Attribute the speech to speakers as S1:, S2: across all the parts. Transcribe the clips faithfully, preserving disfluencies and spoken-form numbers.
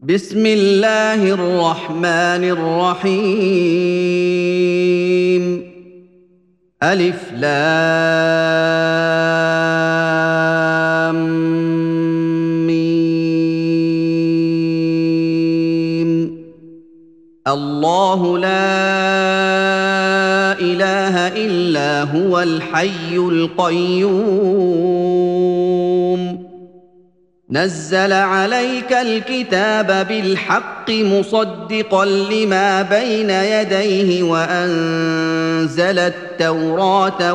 S1: بسم الله الرحمن الرحيم ألف لام ميم الله لا إله إلا هو الحي القيوم نزل عليك الكتاب بالحق مصدقا لما بين يديه وأنزل التوراة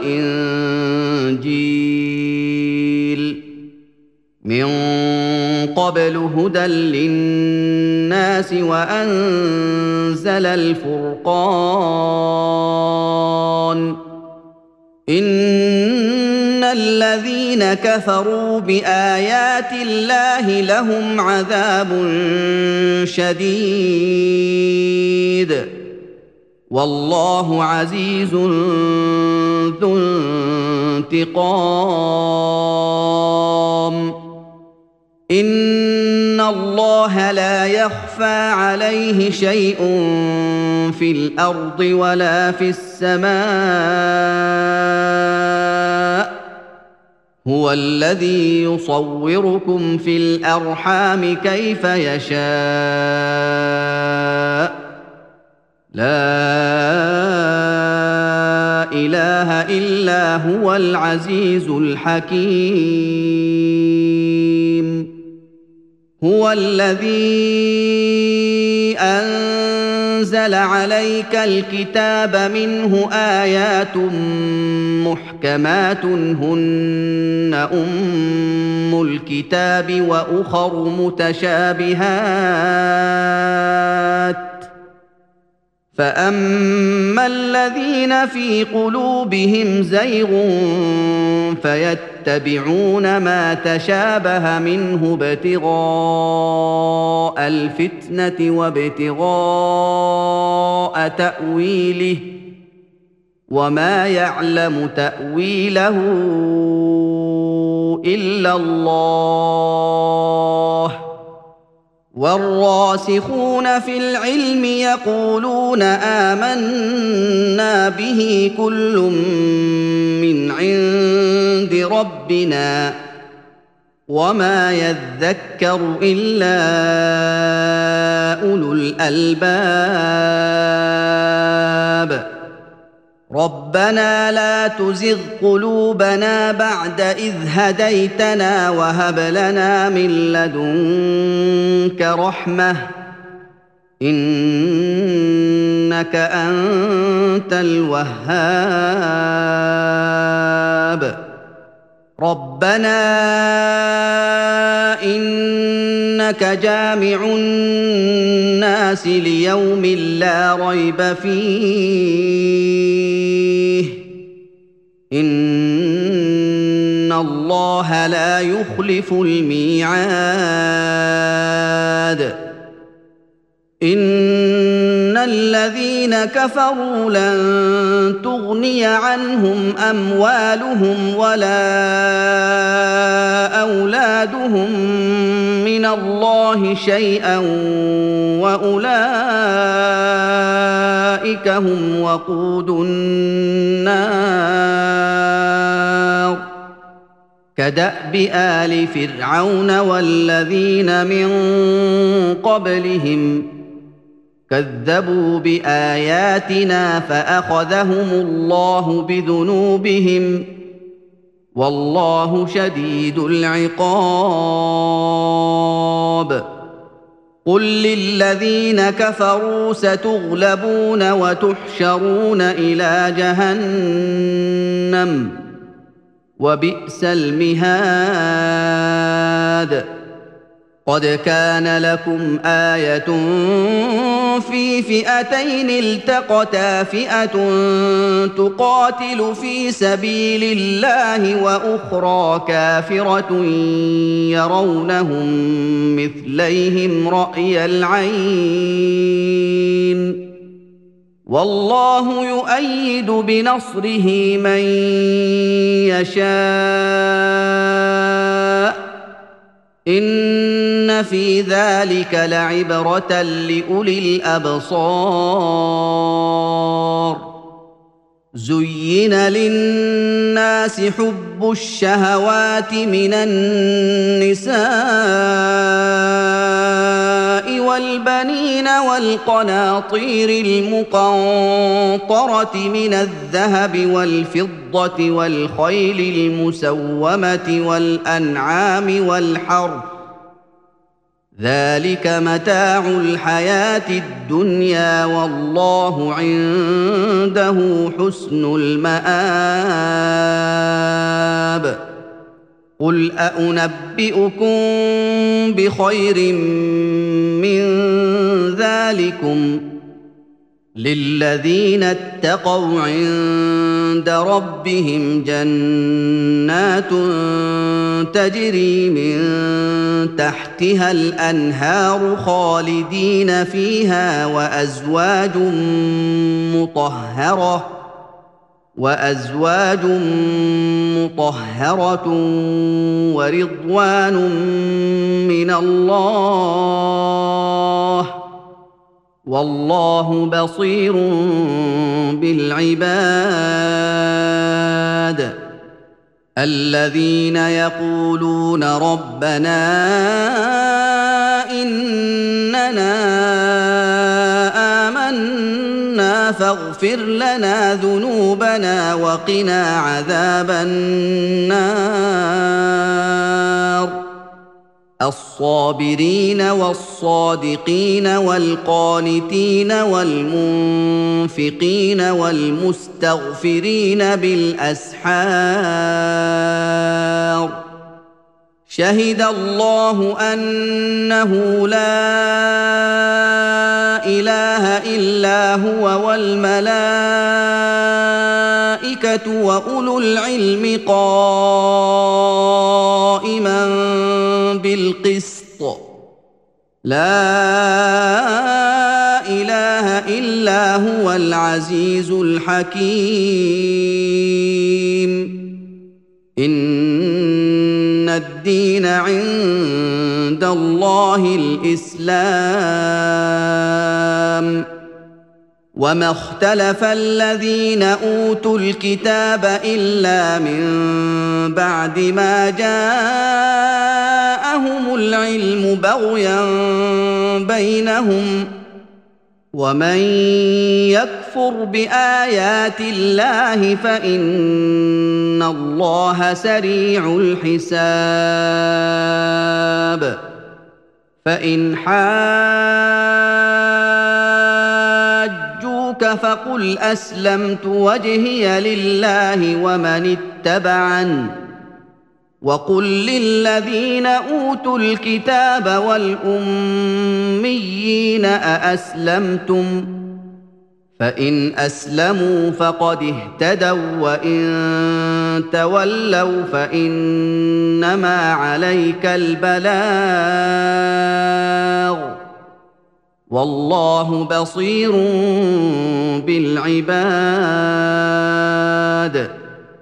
S1: والإنجيل من قبل هدى للناس وأنزل الفرقان إن الذين كفروا بآيات الله لهم عذاب شديد والله عزيز ذو انتقام إن الله لا يخفى عليه شيء في الأرض ولا في السماء هو الذي يصوركم في الأرحام كيف يشاء لا إله إلا هو العزيز الحكيم هو الذي أنزل عليك الكتاب منه آيات محكمات هن أم الكتاب وأخر متشابهات فأما الذين في قلوبهم زيغ فيتبعون ما تشابه منه ابتغاء الفتنة وابتغاء تأويله وما يعلم تأويله إلا الله والراسخون في العلم يقولون آمنا به كل من عند ربنا وما يذكر إلا أولو الألباب ربنا لا تزغ قلوبنا بعد إذ هديتنا وهب لنا من لدنك رحمة إنك أنت الوهاب ربنا إنك جامع الناس ليوم لا ريب فيه إن الله لا يخلف الميعاد إن الذين كفروا لن تغني عنهم أموالهم ولا أولادهم من الله شيئا وأولئك هم وقود النار كدأب آل فرعون والذين من قبلهم كذبوا بآياتنا فأخذهم الله بذنوبهم والله شديد العقاب قل للذين كفروا ستغلبون وتحشرون إلى جهنم وبئس المهاد قد كان لكم آية في فئتين التقتا فئة تقاتل في سبيل الله وأخرى كافرة يرونهم مثليهم رأي العين والله يؤيد بنصره من يشاء إن إن في ذلك لعبرة لأولي الأبصار زين للناس حب الشهوات من النساء والبنين والقناطير المقنطرة من الذهب والفضة والخيل المسومة والأنعام والحرث ذلك متاع الحياة الدنيا والله عنده حسن المآب قل أأنبئكم بخير من ذلكم للذين اتقوا عند ربهم جنات تجري من تحتها الأنهار خالدين فيها وأزواج مطهرة وأزواج مطهرة ورضوان من الله والله بصير بالعباد الذين يقولون ربنا إننا آمنا فاغفر لنا ذنوبنا وقنا عذاب النار الصابرين والصادقين والقانتين والمنفقين والمستغفرين بالأسحار شهد الله أنه لا إله إلا هو والملائكة وأولو العلم قائما بالقسط لا إله إلا هو العزيز الحكيم إن الدين عند الله الإسلام وما اختلف الذين أوتوا الكتاب إلا من بعد ما جاءهم العلم بغيا بينهم ومن يكفر بآيات الله فإن الله سريع الحساب فإن حاجوك فقل أسلمت وجهي لله ومن اتبعني وقل للذين أوتوا الكتاب والأميين أأسلمتم فإن أسلموا فقد اهتدوا وإن تولوا فإنما عليك البلاغ والله بصير بالعباد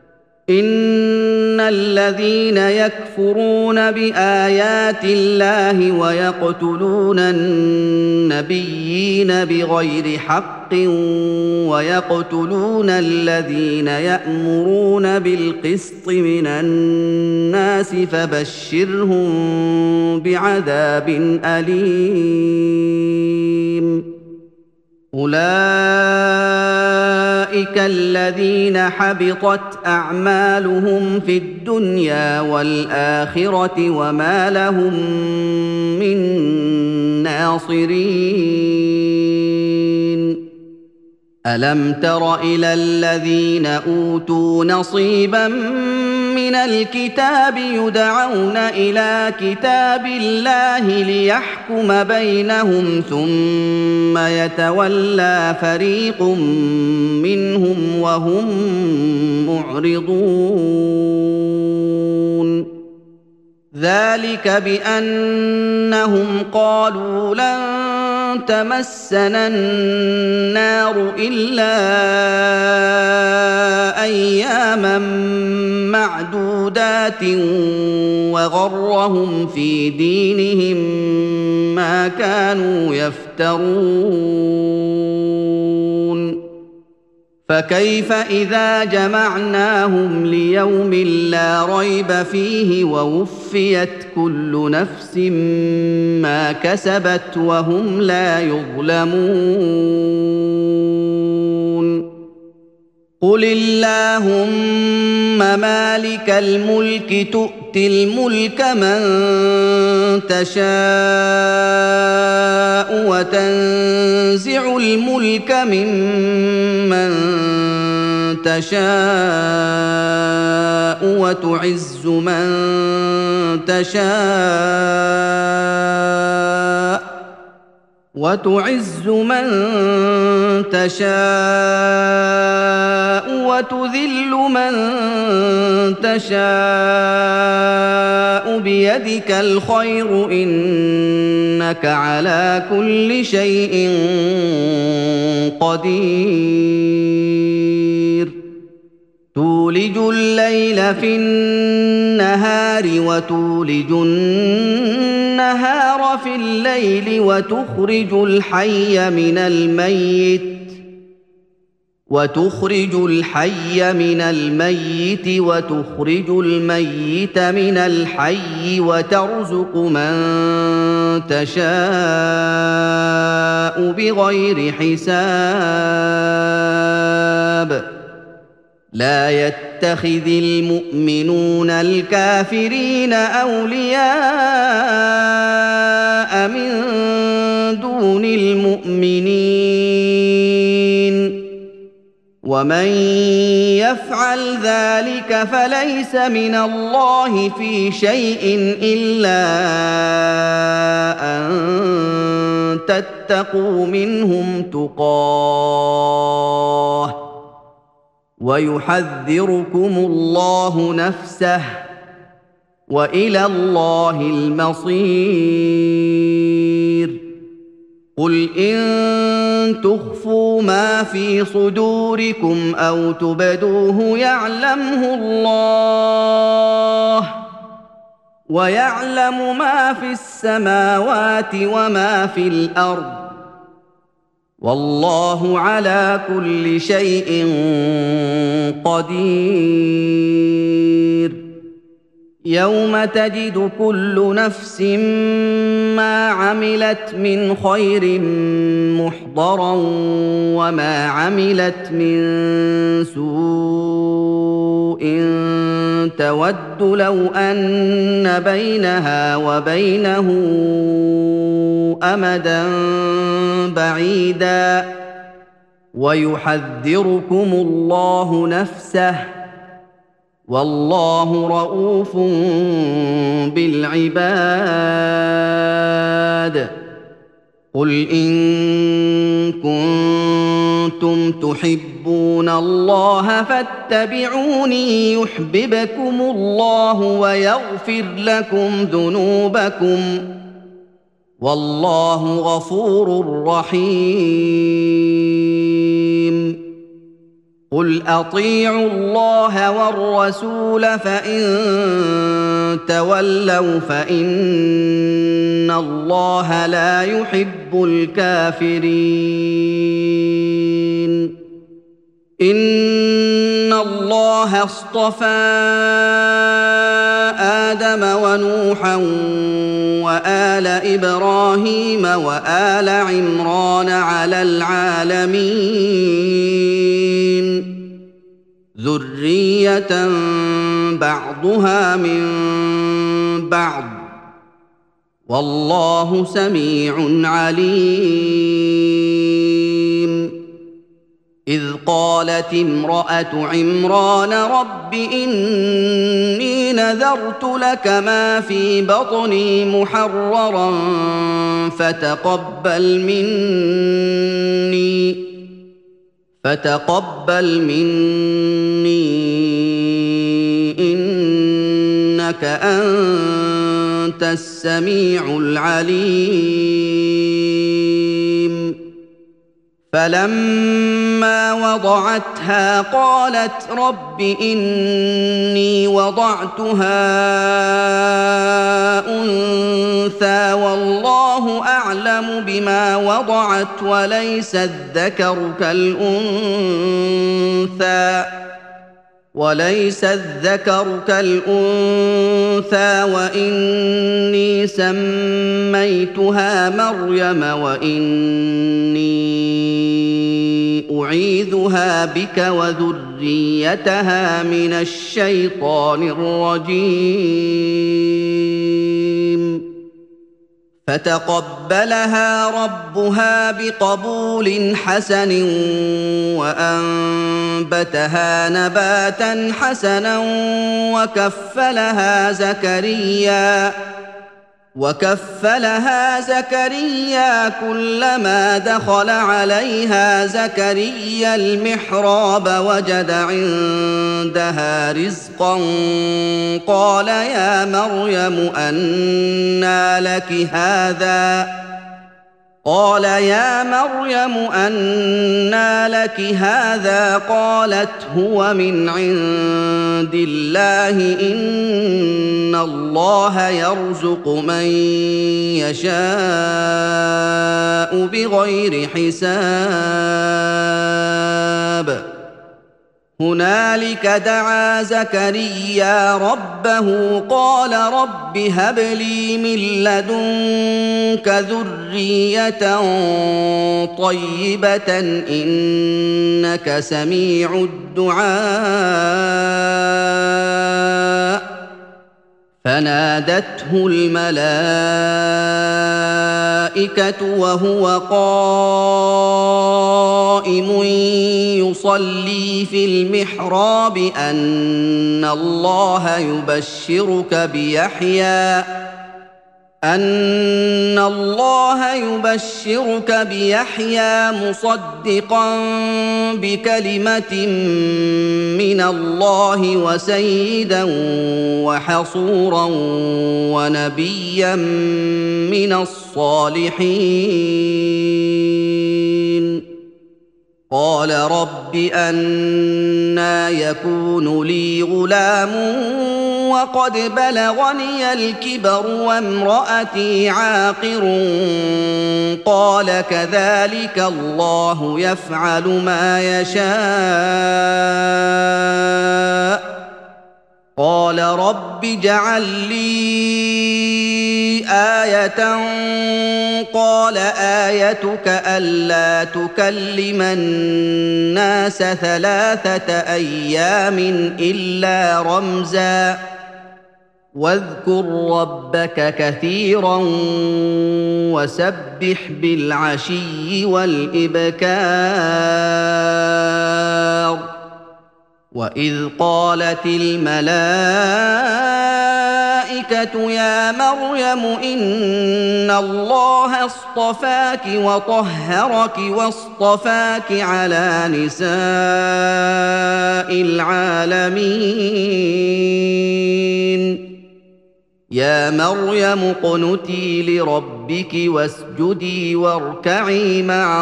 S1: إن الذين يكفرون بآيات الله ويقتلون النبيين بغير حق ويقتلون الذين يأمرون بالقسط من الناس فبشرهم بعذاب أليم أولئك الذين حبطت أعمالهم في الدنيا والآخرة وما لهم من ناصرين ألم تر إلى الذين أوتوا نصيبا من الكتاب يدعون إلى كتاب الله ليحكم بينهم ثم يتولى فريق منهم وهم معرضون ذلك بأنهم قالوا لن تمسنا النار إلا أياما معدودات وغرهم في دينهم ما كانوا يفترون فكيف إذا جمعناهم ليوم لا ريب فيه ووفيت كل نفس ما كسبت وهم لا يظلمون قل اللهم مالك الملك تؤتي الملك من تشاء وتنزع الملك ممن تشاء وتعز من تشاء وتعز من تشاء وتذل من تشاء بيدك الخير إنك على كل شيء قدير تولج الليل في النهار وتولج النهار في الليل وتخرج الحي من الميت وتخرج الحي من الميت وتخرج الميت من الحي وترزق من تشاء بغير حساب لا يتخذ المؤمنون الكافرين أولياء من دون المؤمنين ومن يفعل ذلك فليس من الله في شيء إلا أن تتقوا منهم تقاه ويحذركم الله نفسه وإلى الله المصير قل إن تخفوا ما في صدوركم أو تبدوه يعلمه الله ويعلم ما في السماوات وما في الأرض والله على كل شيء قدير يوم تجد كل نفس ما عملت من خير محضرا وما عملت من سوء تود لو أن بينها وبينه أمدا بعيدا ويحذركم الله نفسه والله رءوف بالعباد قل إن كنتم تحبون الله فاتبعوني يحببكم الله ويغفر لكم ذنوبكم والله غفور رحيم قل أطيعوا الله والرسول فإن تولوا فإن الله لا يحب الكافرين إن الله اصطفى آدم ونوحا وآل إبراهيم وآل عمران على العالمين ذرية بعضها من بعض والله سميع عليم إذ قالت امرأة عمران رب إني نذرت لك ما في بطني محررا فتقبل مني فتقبل مني إنك أنت السميع العليم فلما وضعتها قالت رب إني وضعتها أنثى والله أعلم بما وضعت وليس الذكر كالأنثى وليس الذكر كالأنثى وإني سميتها مريم وإني أعيذها بك وذريتها من الشيطان الرجيم فتقبلها ربها بقبول حسن وأنبتها نباتا حسنا وكفلها زكريا وكفلها زكريا كلما دخل عليها زكريا المحراب وجد عندها رزقا قال يا مريم أنى لك هذا قال يا مريم أنى لك هذا قالت هو من عند الله إن الله يرزق من يشاء بغير حساب هنالك دعا زكريا ربه قال رب هب لي من لدنك ذرية طيبة إنك سميع الدعاء فنادته الملائكة وهو قائم يصلي في المحراب أن الله يبشرك بيحيى أن الله يبشرك بيحيى مصدقا بكلمة من الله وسيدا وحصورا ونبيا من الصالحين قال رب أنى يكون لي غلام وقد بلغني الكبر وامرأتي عاقر قال كذلك الله يفعل ما يشاء قال رب اجعل لي آية قال آيتك ألا تكلم الناس ثلاثة أيام إلا رمزا واذكر ربك كثيرا وسبح بالعشي والإبكار وإذ قالت الملائكة يا مريم إن الله اصطفاك وطهرك واصطفاك على نساء العالمين يا مريم اقنتي لربك واسجدي واركعي مع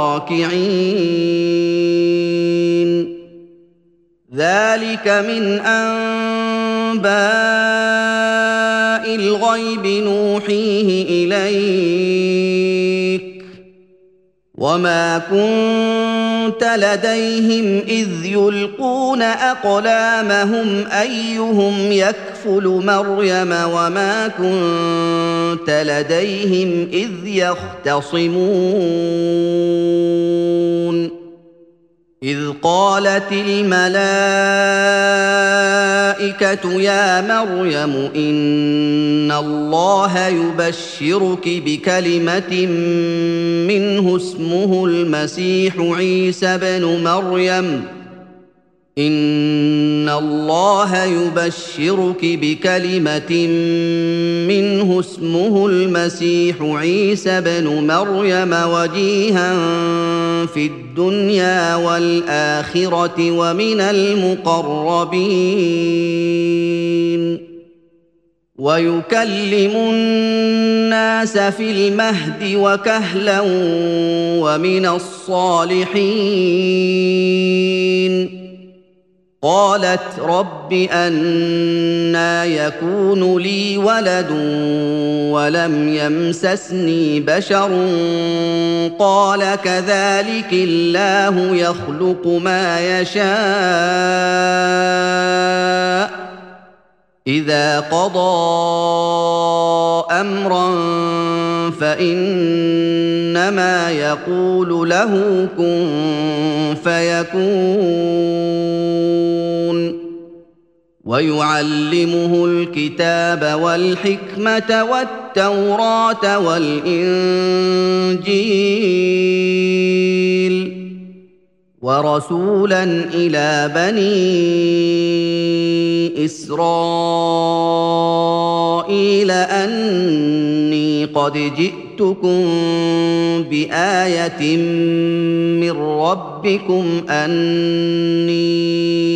S1: الراكعين ذلك من أنباء الغيب نوحيه إليك وما كنت لديهم إذ يلقون أقلامهم أيهم يكفل مريم وما كنت لديهم إذ يختصمون إذ قالت الملائكة يا مريم إن الله يبشرك بكلمة منه اسمه المسيح عيسى بن مريم إن الله يبشرك بكلمة منه اسمه المسيح عيسى بن مريم وجيها في الدنيا والآخرة ومن المقربين ويكلم الناس في المهد وكهلا ومن الصالحين قالت رب أنى يكون لي ولد ولم يمسسني بشر قال كذلك الله يخلق ما يشاء إذا قضى أمرا فإنما يقول له كن فيكون ويعلمه الكتاب والحكمة والتوراة والإنجيل ورسولا إلى بني إسرائيل أني قد جئتكم بآية من ربكم أني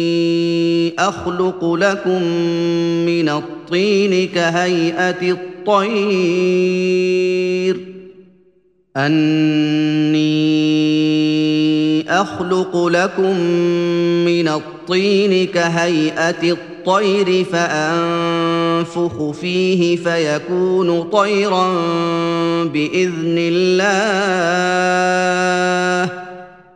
S1: أخلق لكم من الطين كهيئة الطير أني أخلق لكم من الطين كهيئة الطير فأنفخ فيه فيكون طيرا بإذن الله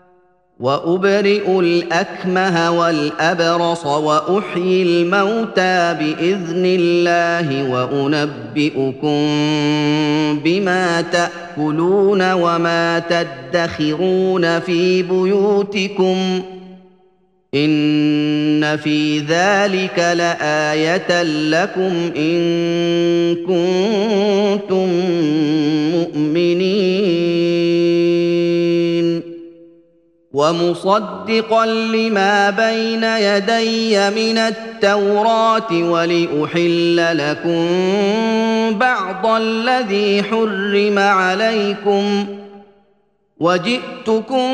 S1: وأبرئ الأكمه والأبرص وأحيي الموتى بإذن الله وأنبئكم بما تأكلون وما تدخرون في بيوتكم إن في ذلك لآية لكم إن كنتم مؤمنين ومصدقا لما بين يدي من التوراة ولأحل لكم بعض الذي حرم عليكم وجئتكم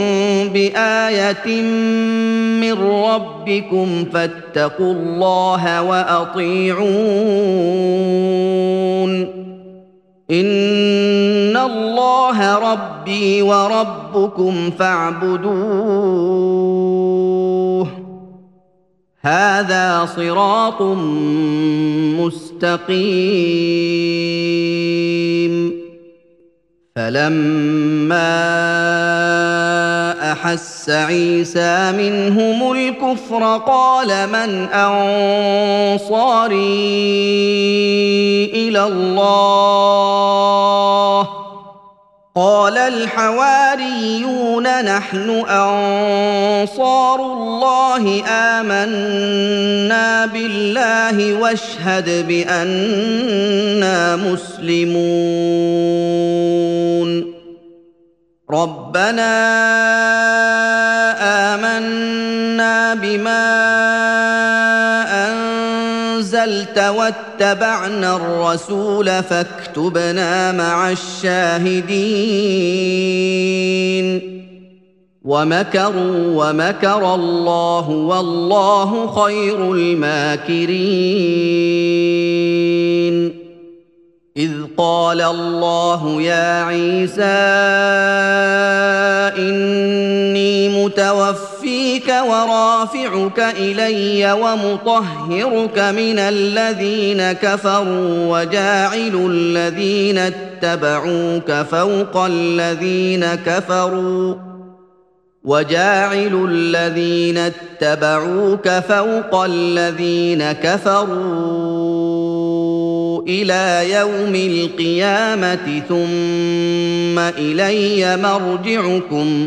S1: بآية من ربكم فاتقوا الله وأطيعون إن الله ربي وربكم فاعبدوه هذا صراط مستقيم فلما أحس عيسى منهم الكفر قال من أنصاري إلى الله قال الحواريون نحن أنصار الله آمنا بالله واشهد بأننا مسلمون ربنا آمنا بما أنزلت واتبعنا الرسول فاكتبنا مع الشاهدين ومكروا ومكر الله والله خير الماكرين إذ قال الله يا عيسى إني متوفيك ورافعك إلي ومطهرك من الذين كفروا وجاعل الذين اتبعوك فوق الذين كفروا وجاعل الذين اتبعوك فوق الذين كفروا إلى يوم القيامة ثم إلي مرجعكم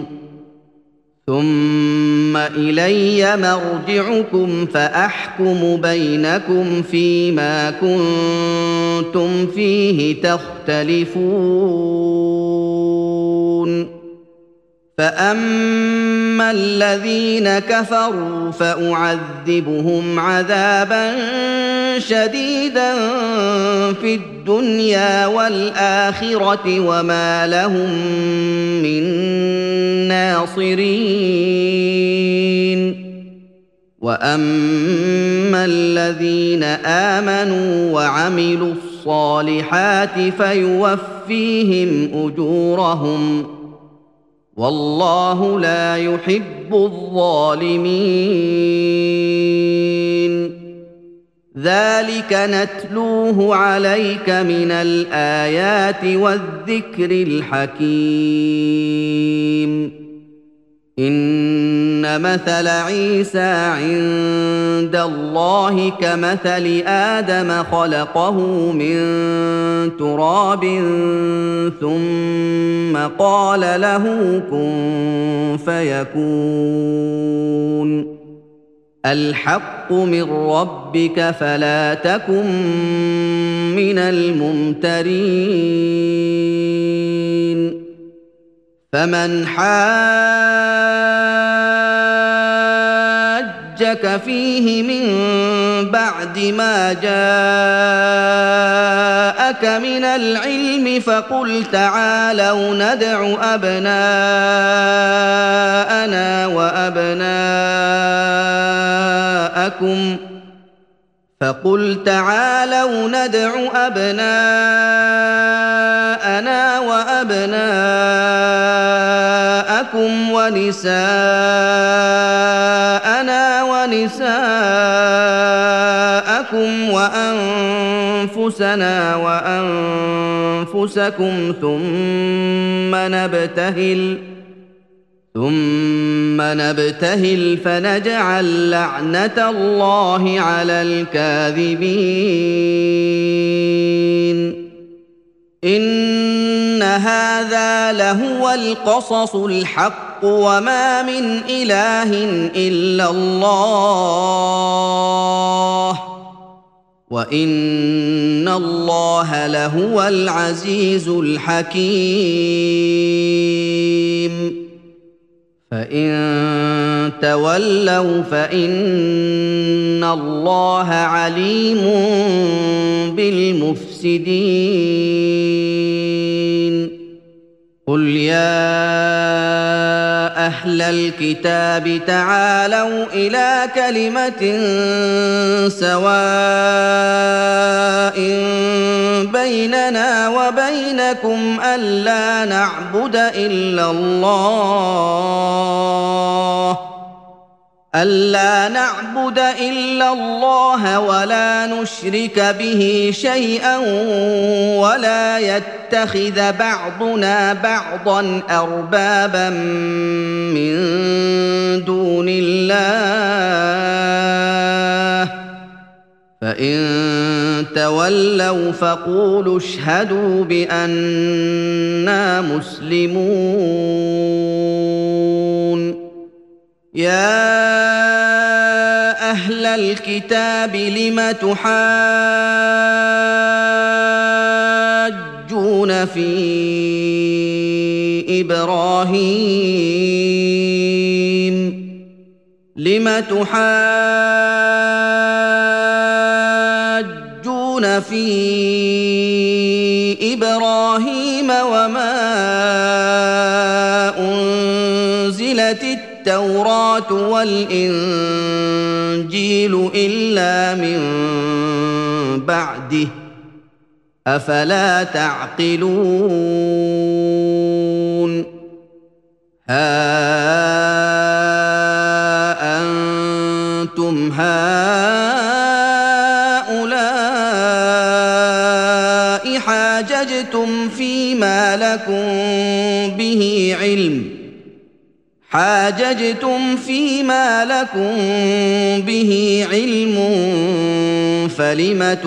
S1: ثم إلي مرجعكم فأحكم بينكم فيما كنتم فيه تختلفون فأما الذين كفروا فأعذبهم عذابا شديدا في الدنيا والآخرة وما لهم من ناصرين وأما الذين آمنوا وعملوا الصالحات فيوفيهم أجورهم والله لا يحب الظالمين ذلك نتلوه عليك من الآيات والذكر الحكيم إن مثل عيسى عند الله كمثل آدم خلقه من تراب ثم قال له كن فيكون الحق من ربك فلا تكن من الممترين فمن حاجك فيه من بعد ما جاءك من العلم فقل تعالوا ندع أبناءنا وأبناءكم فقل تعالوا ندع أبناءنا وأبناءكم ونساءنا ونساءكم وأنفسنا وأنفسكم ثم نبتهل ثم نبتهل فنجعل لعنة الله على الكاذبين إن هذا لهو القصص الحق وما من إله إلا الله وإن الله لهو العزيز الحكيم فإن تولوا فإن الله عليم بالمفسدين قل يا أهل الكتاب تعالوا إلى كلمة سواء بيننا وبينكم ألا نعبد إلا الله ألا نعبد إلا الله ولا نشرك به شيئا ولا يتخذ بعضنا بعضا أربابا من دون الله فإن تولوا فقولوا اشهدوا بأننا مسلمون يا أهل الكتاب لم تحاجون في إبراهيم لم تحاجون في إبراهيم وما أنزلت التوراة والإنجيل إلا من بعده أفلا تعقلون ها أنتم هؤلاء حاججتم فيما لكم به علم حاججتم فيما لكم به علم فلم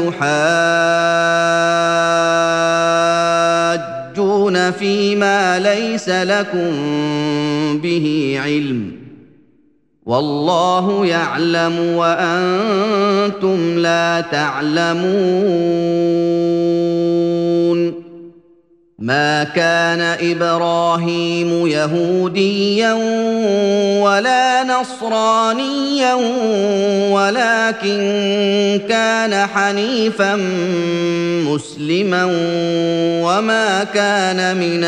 S1: تحاجون فيما ليس لكم به علم والله يعلم وأنتم لا تعلمون ما كان إبراهيم يهوديا ولا نصرانيا ولكن كان حنيفا مسلما وما كان من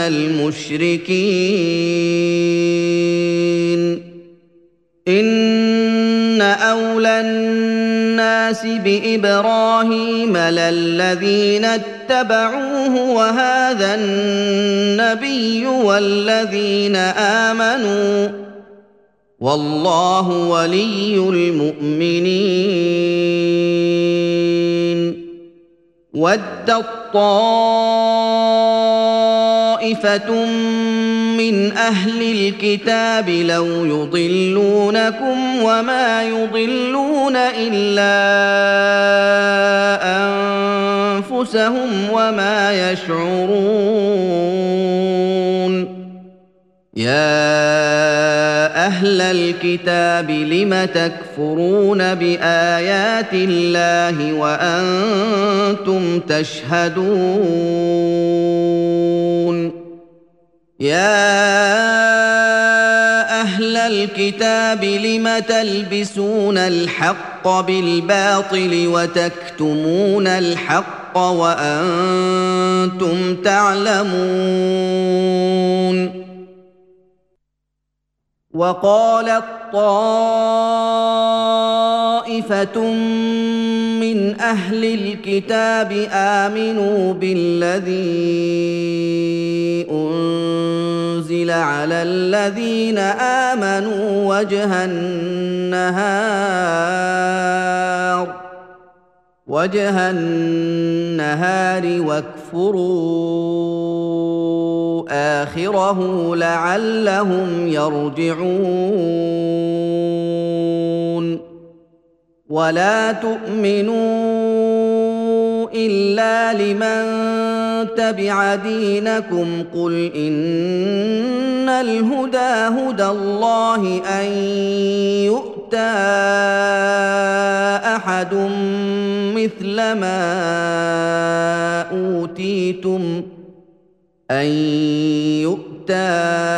S1: المشركين إن أول الناس بإبراهيم للذين اتبعوه وهذا النبي والذين آمنوا والله ولي المؤمنين ودت طائفة من أهل الكتاب لو يضلونكم وما يضلون إلا أنفسهم وما يشعرون يا أهل الكتاب لم تكفرون بآيات الله وأنتم تشهدون يا أهل الكتاب لم تلبسون الحق بالباطل وتكتمون الحق وأنتم تعلمون وقالت طائفة من أهل الكتاب آمنوا بالذي أنزل على الذين آمنوا وجه النهار وجه النهار واكفروا آخره لعلهم يرجعون ولا تؤمنوا إلا لمن تبع دينكم قل إن الهدى هدى الله أن يؤتى أحد مثل ما أوتيتم أن يؤتى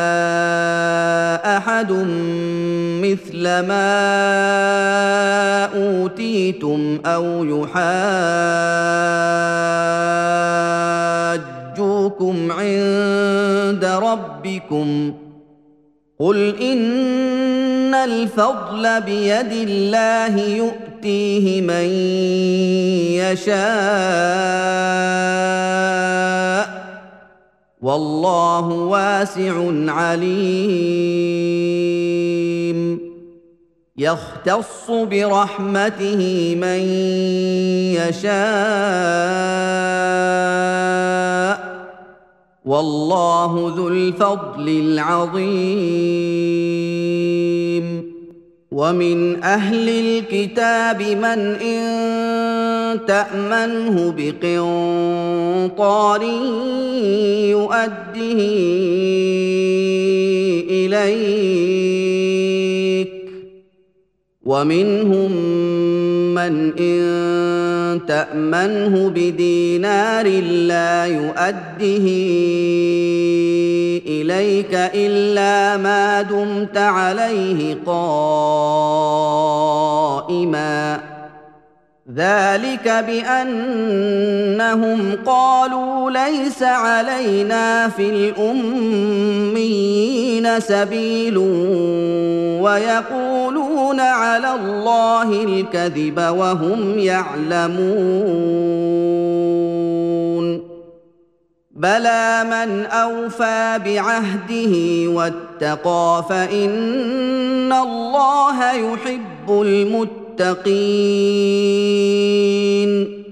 S1: أحد مثل ما أوتيتم أو يحاجوكم عند ربكم قل إن الفضل بيد الله يؤتيه من يشاء والله واسع عليم يختص برحمته من يشاء والله ذو الفضل العظيم ومن أهل الكتاب من إن تأمنه بقنطار يؤده إليك ومنهم من إن تأمنه بدينار لا يؤده إليك إلا ما دمت عليه قائما ذلك بأنهم قالوا ليس علينا في الأميين سبيل ويقولون على الله الكذب وهم يعلمون بلى من أوفى بعهده واتقى فإن الله يحب المتقين المتقين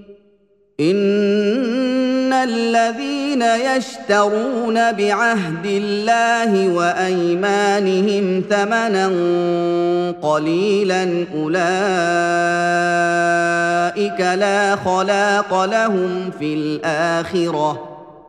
S1: إن الذين يشترون بعهد الله وأيمانهم ثمنا قليلا أولئك لا خلاق لهم في الآخرة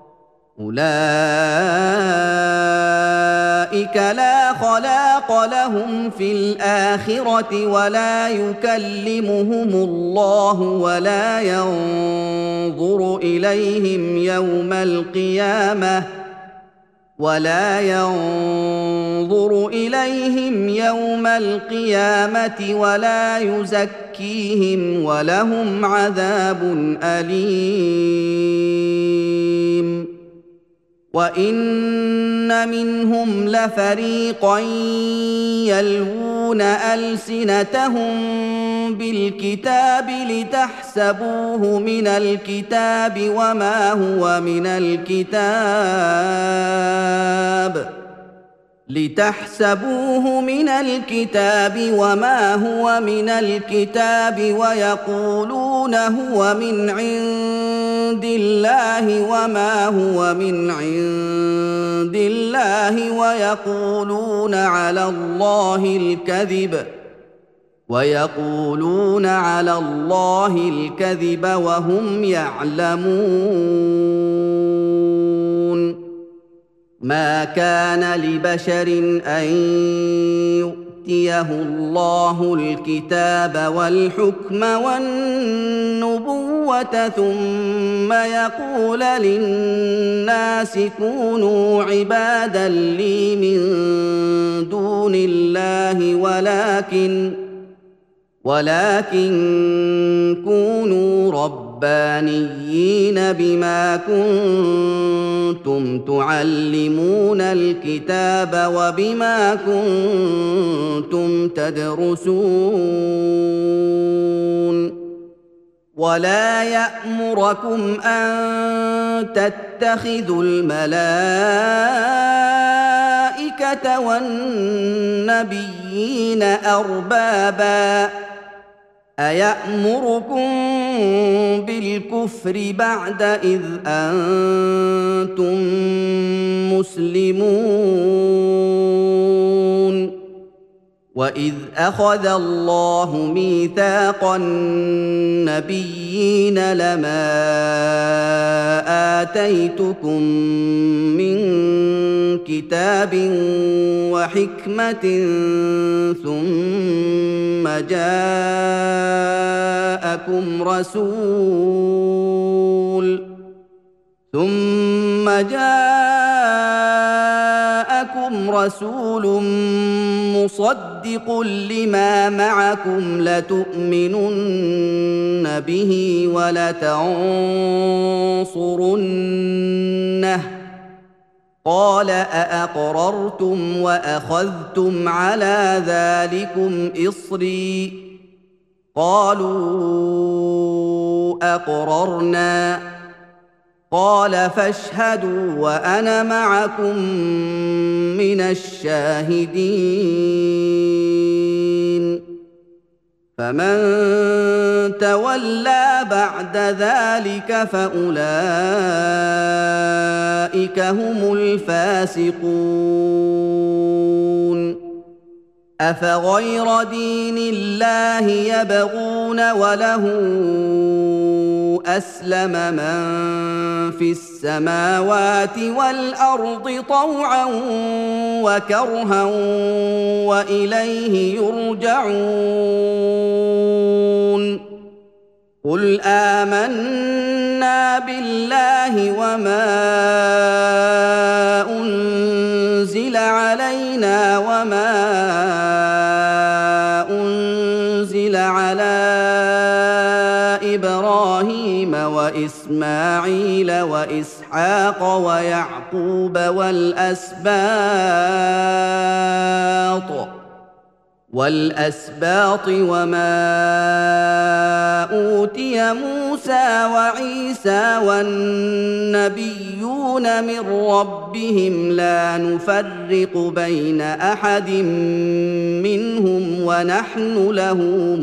S1: أولئك لا خلاق لهم في الآخرة ولا يكلمهم الله ولا ينظر إليهم يوم القيامة ولا ينظر إليهم يوم القيامة ولا يزكيهم ولهم عذاب أليم وان منهم لفريقا يلوون السنتهم بالكتاب لتحسبوه من الكتاب وما هو من الكتاب لتحسبوه من الكتاب وما هو من الكتاب ويقولون هو من عند الله وما هو من عند الله ويقولون على الله الكذب ويقولون على الله الكذب وهم يعلمون ما كان لبشر أن يؤتيه الله الكتاب والحكم والنبوة ثم يقول للناس كونوا عبادا لي من دون الله ولكن ولكن كونوا ربانيين بما كنتم تعلمون الكتاب وبما كنتم تدرسون ولا يأمركم أن تتخذوا الملائكة والنبيين أربابا أيأمركم بالكفر بعد إذ أنتم مسلمون وإذ أخذ الله ميثاق النبيين لما آتيتكم من كتاب وحكمة ثم جاءكم رسول ثم جاءكم رسول مصدق لما معكم لتؤمنن به ولتنصرنه قال أأقررتم وأخذتم على ذلكم إصري قالوا أقررنا قال فاشهدوا وأنا معكم من الشاهدين فمن تولى بعد ذلك فأولئك هم الفاسقون أفغير دين الله يبغون وله أسلم من في السماوات والأرض طوعا وكرها وإليه يرجعون قل آمنا بالله وما أنزل علينا وما أنزل على إبراهيم وإسماعيل وإسحاق ويعقوب والأسباط والأسباط وما أوتي موسى وعيسى والنبيون من ربهم لا نفرق بين أحد منهم ونحن له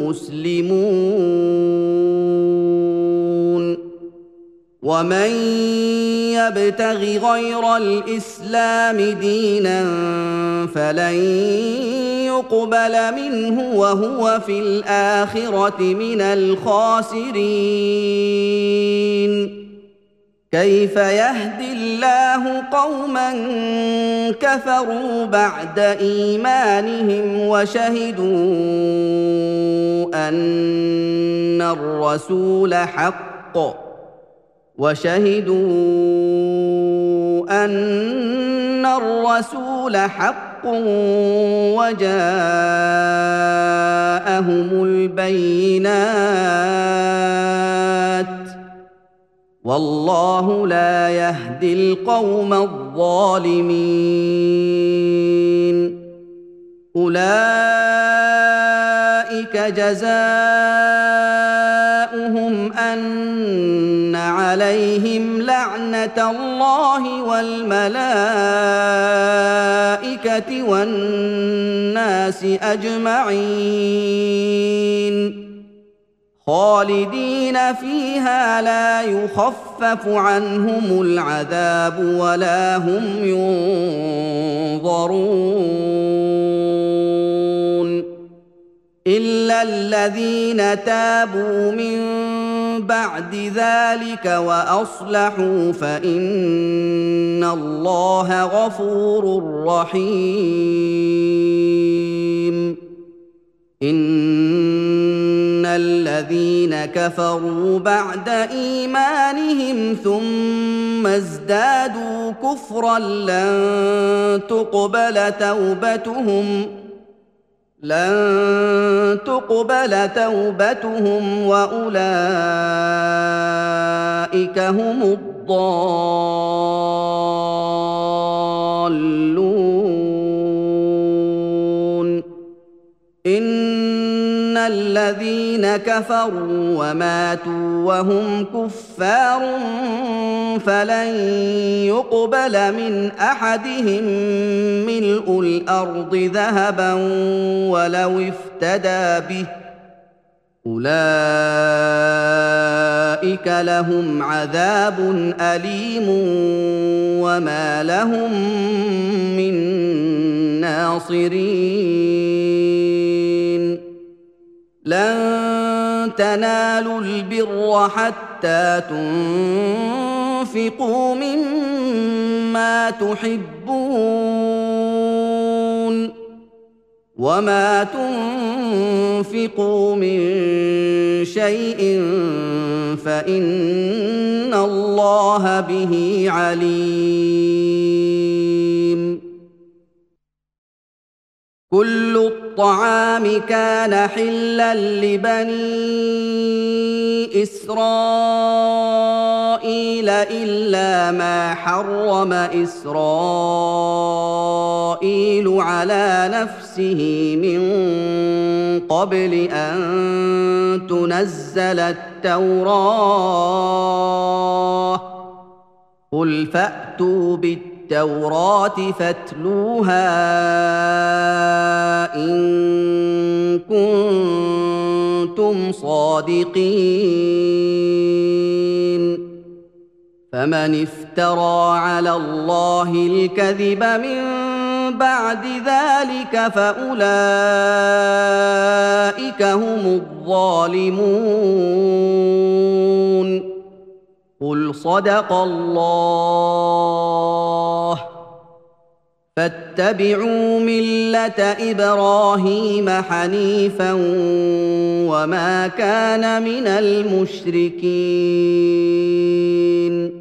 S1: مسلمون ومن يبتغ غير الإسلام دينا فلن يقبل منه وهو في الآخرة من الخاسرين كيف يهدي الله قوما كفروا بعد إيمانهم وشهدوا أن الرسول حق وشهدوا أن الرسول حق وجاءهم البينات والله لا يهدي القوم الظالمين أولئك جزاؤهم أن عليهم لعنة الله والملائكة والناس أجمعين خالدين فيها لا يخفف عنهم العذاب ولا هم ينظرون إلا الذين تابوا من بعد ذلك وأصلحوا فإن الله غفور رحيم إن الذين كفروا بعد إيمانهم ثم ازدادوا كفرا لن تقبل توبتهم لن تقبل توبتهم وأولئك هم الضالون إن الذين كفروا وماتوا وهم كفار فلن يقبل من أحدهم ملء الأرض ذهبا ولو افتدى به أولئك لهم عذاب أليم وما لهم من ناصرين لن تنالوا البر حتى تنفقوا مما تحبون وما تنفقوا من شيء فإن الله به عليم كل الطعام كان حلا لبني إسرائيل إلا ما حرم إسرائيل على نفسه من قبل أن تنزل التوراة قل فأتوا بالتوراة التوراة فاتلوها إن كنتم صادقين فمن افترى على الله الكذب من بعد ذلك فأولئك هم الظالمون قل صدق الله فاتبعوا ملة إبراهيم حنيفا وما كان من المشركين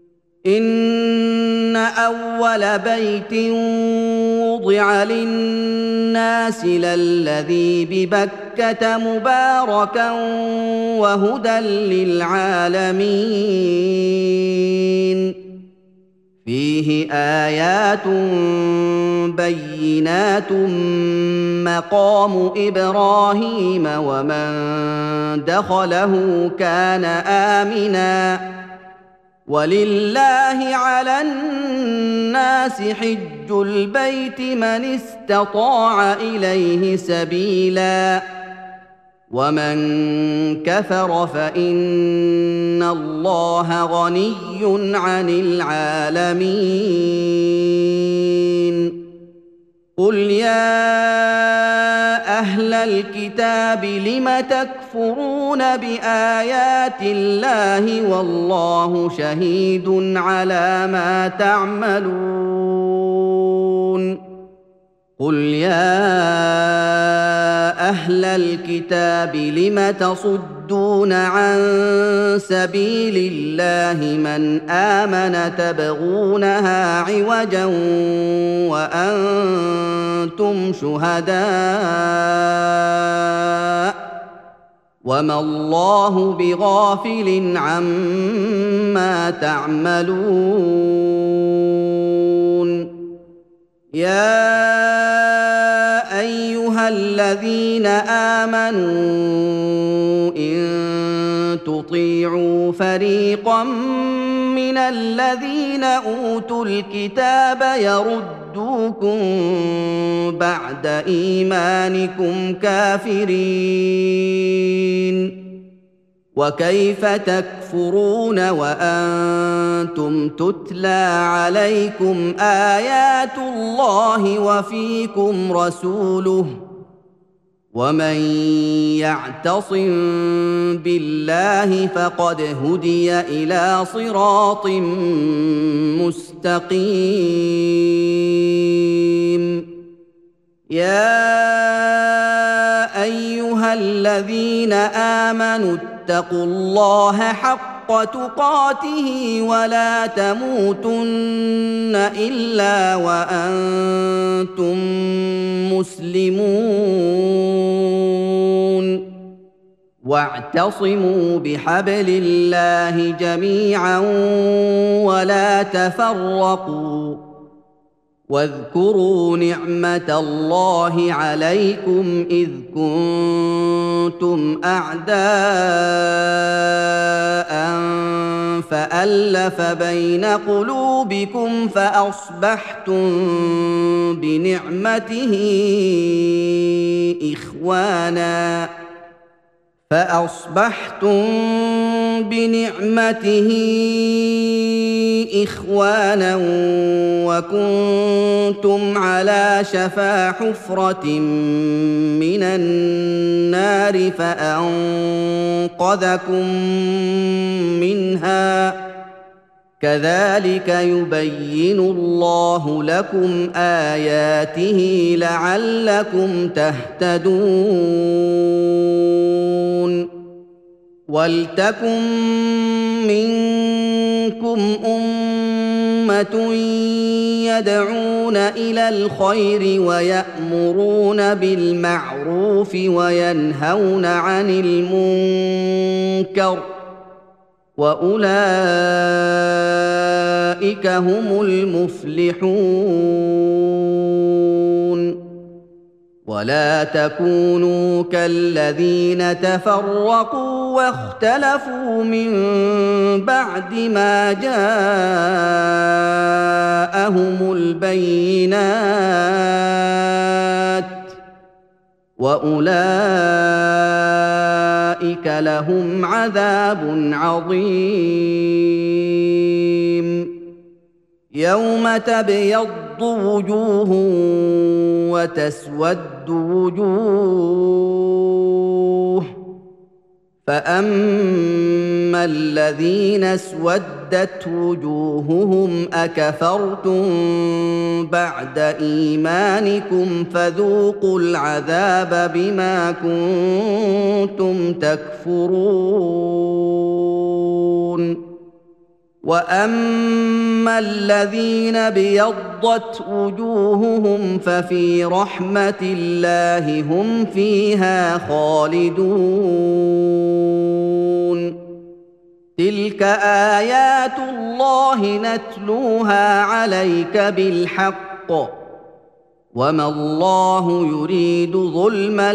S1: إن أول بيت وضع للناس للذي ببكة مباركا وهدى للعالمين فيه آيات بينات مقام إبراهيم ومن دخله كان آمناً ولله على الناس حج البيت من استطاع إليه سبيلا ومن كفر فإن الله غني عن العالمين قل يا أهل الكتاب لم تكفرون بآيات الله والله شهيد على ما تعملون قل يا أهل الكتاب لم تصدون عن سبيل الله من آمن تبغونها عوجا وأنتم شهداء وما الله بغافل عما تعملون يا ايها الذين امنوا ان تطيعوا فريقا من الذين اوتوا الكتاب يردوكم بعد ايمانكم كافرين وكيف تكفرون وانتم تتلى عليكم ايات الله وفيكم رسوله ومن يعتصم بالله فقد هدي الى صراط مستقيم يا ايها الذين امنوا اتقوا الله حق تقاته ولا تموتن الا وانتم مسلمون واعتصموا بحبل الله جميعا ولا تفرقوا واذكروا نعمه الله عليكم اذ كنتم اعداء فالف بين قلوبكم فاصبحتم بنعمته اخوانا فأصبحتم بنعمته إخوانا وكنتم على شفا حفرة من النار فأنقذكم منها كذلك يبين الله لكم آياته لعلكم تهتدون ولتكن منكم أمة يدعون إلى الخير ويأمرون بالمعروف وينهون عن المنكر وأولئك هم المفلحون ولا تكونوا كالذين تفرقوا واختلفوا من بعد ما جاءهم البينات وأولئك لهم عذاب عظيم يوم تبيض وجوه وتسود وجوه فأما الذين اسودت وجوههم أكفرتم بعد إيمانكم فذوقوا العذاب بما كنتم تكفرون واما الذين ابيضت وجوههم ففي رحمه الله هم فيها خالدون تلك ايات الله نتلوها عليك بالحق وما الله يريد ظلما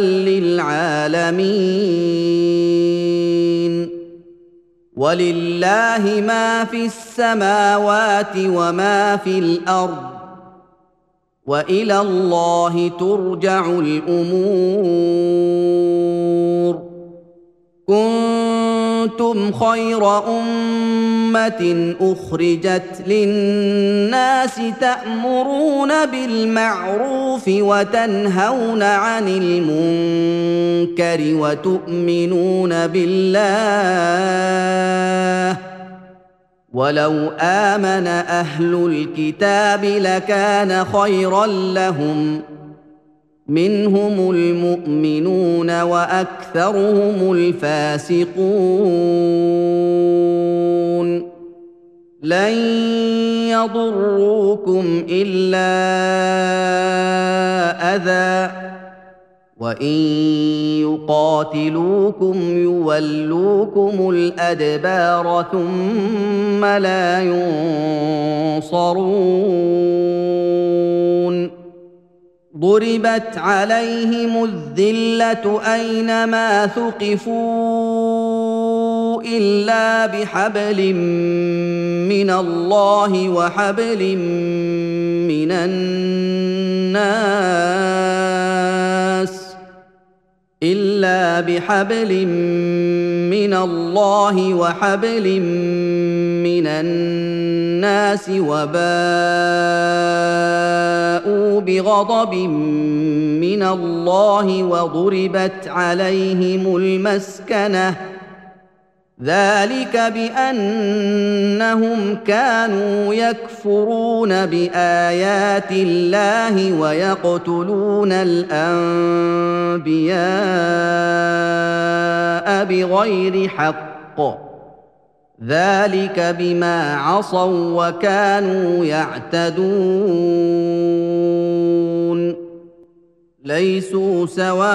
S1: للعالمين ولله ما في السماوات وما في الارض والى الله ترجع الامور كنتم خير امه اخرجت للناس تأمرون بالمعروف وتنهون عن المنكر وتؤمنون بالله ولو آمن أهل الكتاب لكان خيرا لهم منهم المؤمنون وأكثرهم الفاسقون لن يضروكم إلا أذى وان يقاتلوكم يولوكم الادبار ثم لا ينصرون ضربت عليهم الذله اينما ثقفوا الا بحبل من الله وحبل من الناس إلا بحبل من الله وحبل من الناس وباءوا بغضب من الله وضربت عليهم المسكنة ذلك بأنهم كانوا يكفرون بآيات الله ويقتلون الأنبياء بغير حق ذلك بما عصوا وكانوا يعتدون ليسوا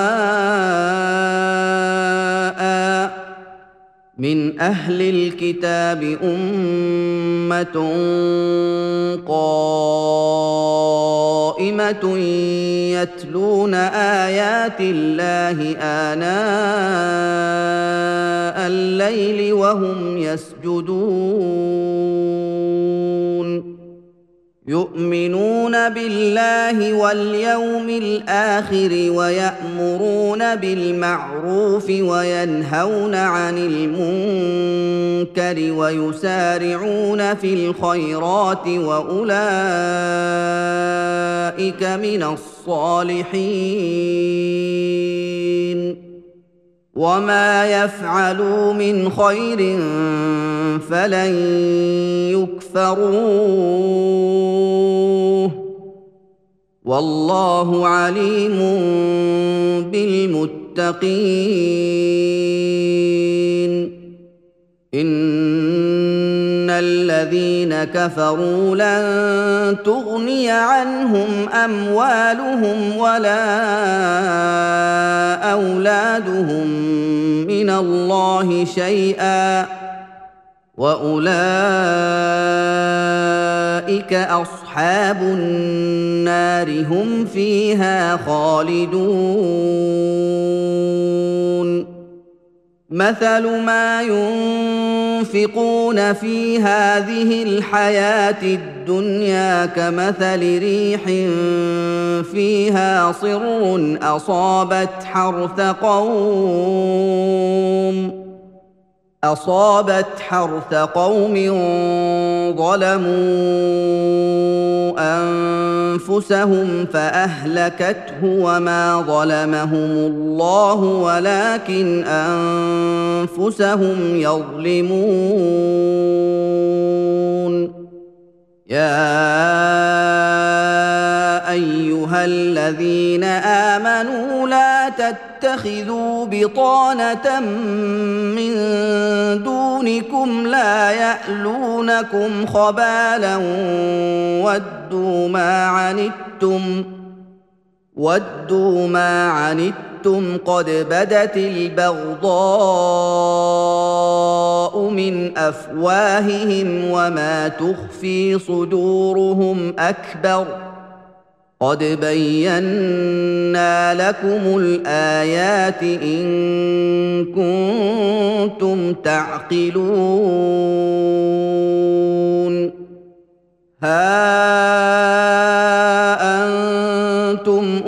S1: سواء من أهل الكتاب أمة قائمة يتلون آيات الله آناء الليل وهم يسجدون يؤمنون بالله واليوم الآخر ويأمرون بالمعروف وينهون عن المنكر ويسارعون في الخيرات وأولئك من الصالحين وما يفعلوا من خير فلن يكفروه والله عليم بالمتقين إن الذين كفروا لن تغني عنهم أموالهم ولا أولادهم من الله شيئا وأولئك أصحاب النار هم فيها خالدون مثل ما ينفقون في هذه الحياة الدنيا كمثل ريح فيها صر أصابت حرث قوم أصابت حرث قوم ظلموا أنفسهم فأهلكته وما ظلمهم الله ولكن أنفسهم يظلمون يا أيها الذين آمنوا لا تتخذوا بطانة من دونكم لا يألونكم خبالا ودوا ما عنتم ودوا ما عنتم قد بدت البغضاء من أفواههم وما تخفي صدورهم أكبر قد بينا لكم الآيات إن كنتم تعقلون ها أنتم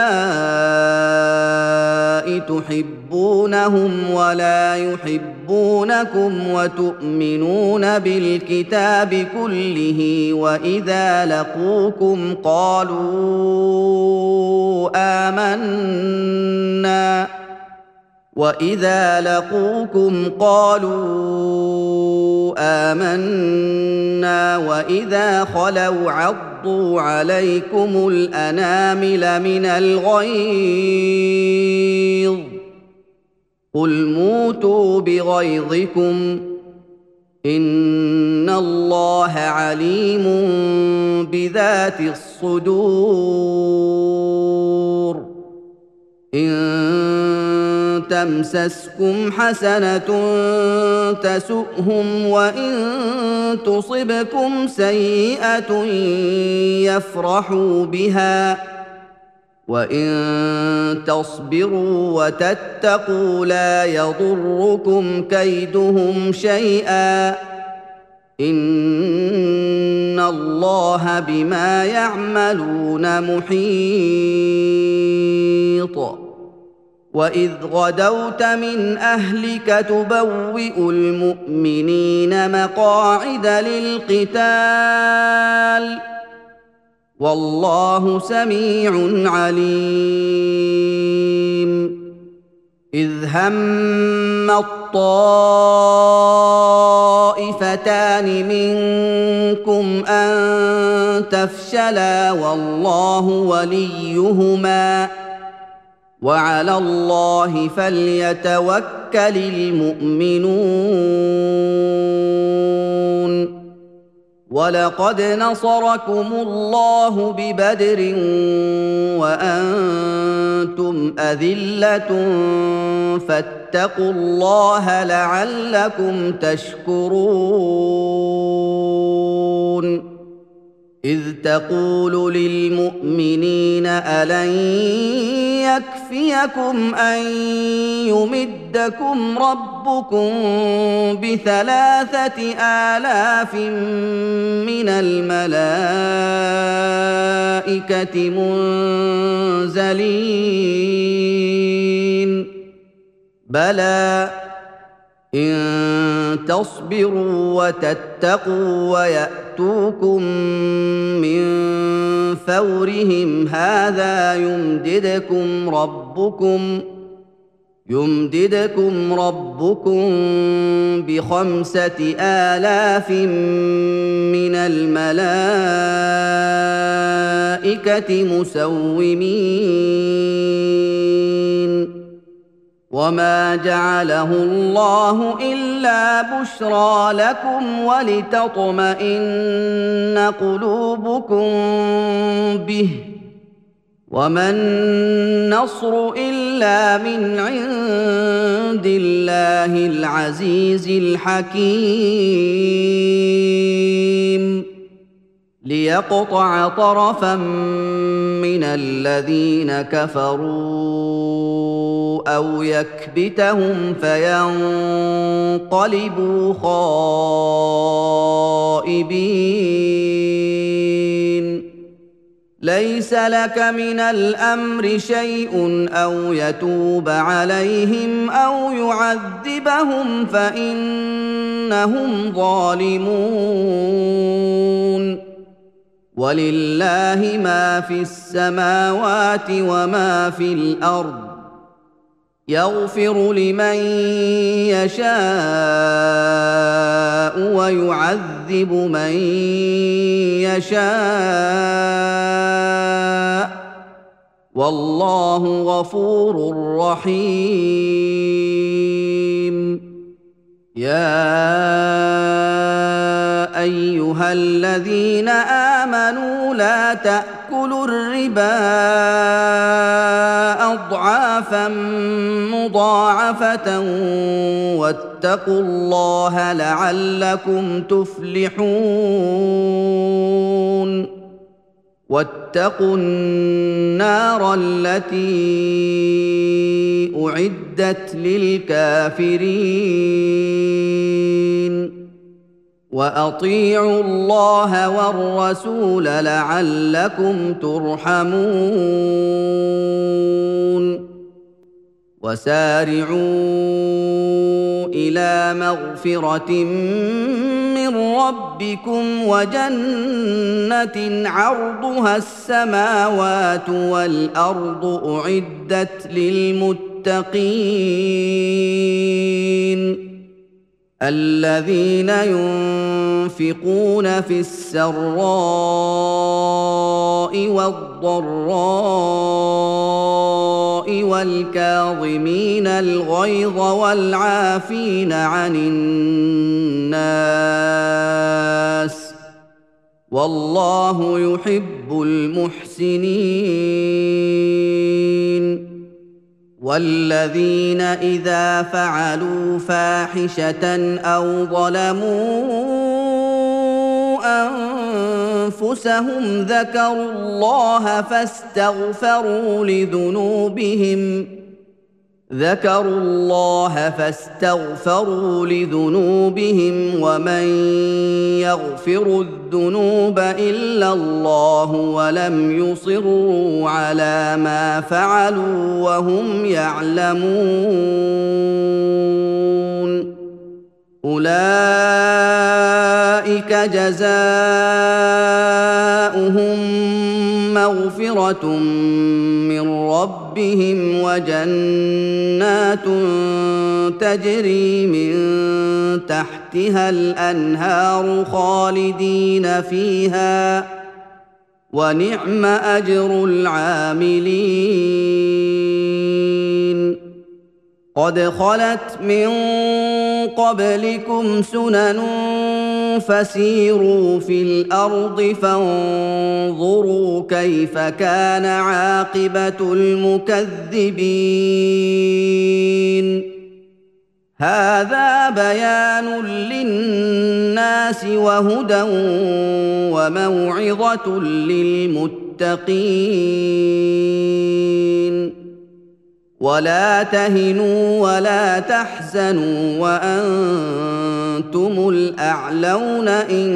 S1: أولئك تحبونهم ولا يحبونكم وتؤمنون بالكتاب كله وإذا لقوكم قالوا آمنا وإذا لقوكم قالوا آمنا وإذا خلوا عضوا عليكم الأنامل من الغيظ قل موتوا بغيظكم إن الله عليم بذات الصدور إن تمسسكم حسنة تسؤهم وإن تصبكم سيئة يفرحوا بها وإن تصبروا وتتقوا لا يضركم كيدهم شيئا إن الله بما يعملون محيط وإذ غدوت من أهلك تبوئ المؤمنين مقاعد للقتال والله سميع عليم إذ هم الطائفتان منكم أن تفشلا والله وليهما وعلى الله فليتوكل المؤمنون ولقد نصركم الله ببدر وأنتم أذلة فاتقوا الله لعلكم تشكرون إذ تقول للمؤمنين ألن يكفيكم أن يمدكم ربكم بثلاثة آلاف من الملائكة منزلين بلى إن تصبروا وتتقوا ويأتوكم من فورهم هذا يمددكم ربكم يمددكم ربكم بخمسة آلاف من الملائكة مسومين وما جعله الله إلا بشرى لكم ولتطمئن قلوبكم به وما النصر إلا من عند الله العزيز الحكيم ليقطع طرفا من الذين كفروا أو يكبتهم فينقلبوا خائبين ليس لك من الأمر شيء أو يتوب عليهم أو يعذبهم فإنهم ظالمون ولله ما في السماوات وما في الأرض يغفر لمن يشاء ويعذب من يشاء والله غفور رحيم يا أيها الذين آمنوا لا تأكلوا الربا أضعافا مضاعفة واتقوا الله لعلكم تفلحون واتقوا النار التي أعدت للكافرين وأطيعوا الله والرسول لعلكم ترحمون وسارعوا إلى مغفرة من ربكم وجنة عرضها السماوات والأرض أعدت للمتقين الذين ينفقون في السراء والضراء والكاظمين الغيظ والعافين عن الناس والله يحب المحسنين والذين إذا فعلوا فاحشة أو ظلموا أنفسهم ذكروا الله فاستغفروا لذنوبهم ذكروا الله فاستغفروا لذنوبهم ومن يغفر الذنوب إلا الله ولم يصروا على ما فعلوا وهم يعلمون أولئك جزاؤهم مغفرة من ربهم وجنات تجري من تحتها الأنهار خالدين فيها ونعم أجر العاملين قد خلت من قبلكم سنن فسيروا في الأرض فانظروا كيف كان عاقبة المكذبين هذا بيان للناس وهدى وموعظة للمتقين ولا تهنوا ولا تحزنوا وأنتم الأعلون إن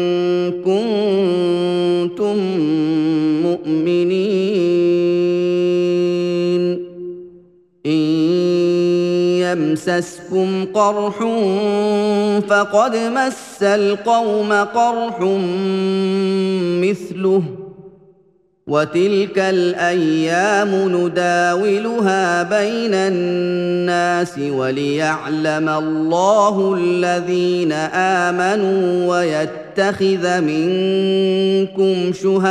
S1: كنتم مؤمنين إن يمسسكم قرح فقد مس القوم قرح مثله وتلك الأيام نداولها بين الناس وليعلم الله الذين آمنوا ويتخذ منكم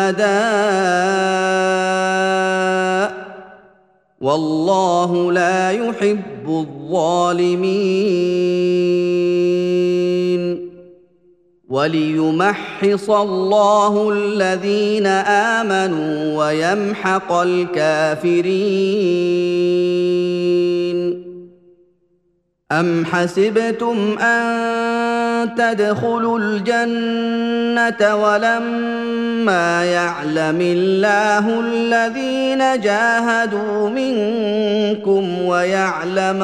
S1: شهداء والله لا يحب الظالمين وليمحص الله الذين آمنوا ويمحق الكافرين أم حسبتم أن تدخلوا الجنة ولما يعلم الله الذين جاهدوا منكم ويعلم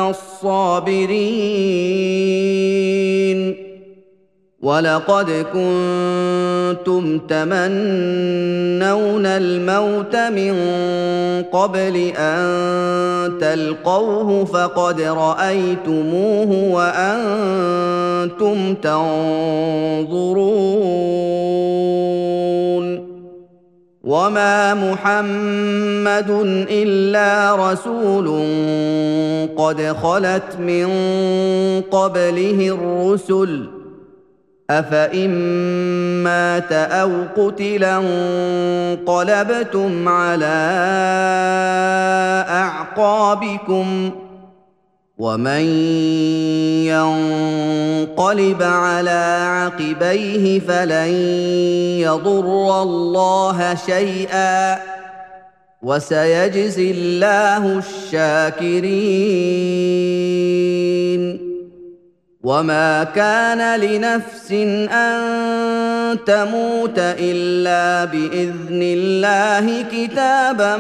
S1: الصابرين ولقد كنتم تمنون الموت من قبل أن تلقوه فقد رأيتموه وأنتم تنظرون وما محمد إلا رسول قد خلت من قبله الرسل أفإن مات أو قتلا انقلبتم على أعقابكم ومن ينقلب على عقبيه فلن يضر الله شيئا وسيجزي الله الشاكرين وما كان لنفس أن تموت إلا بإذن الله كتابا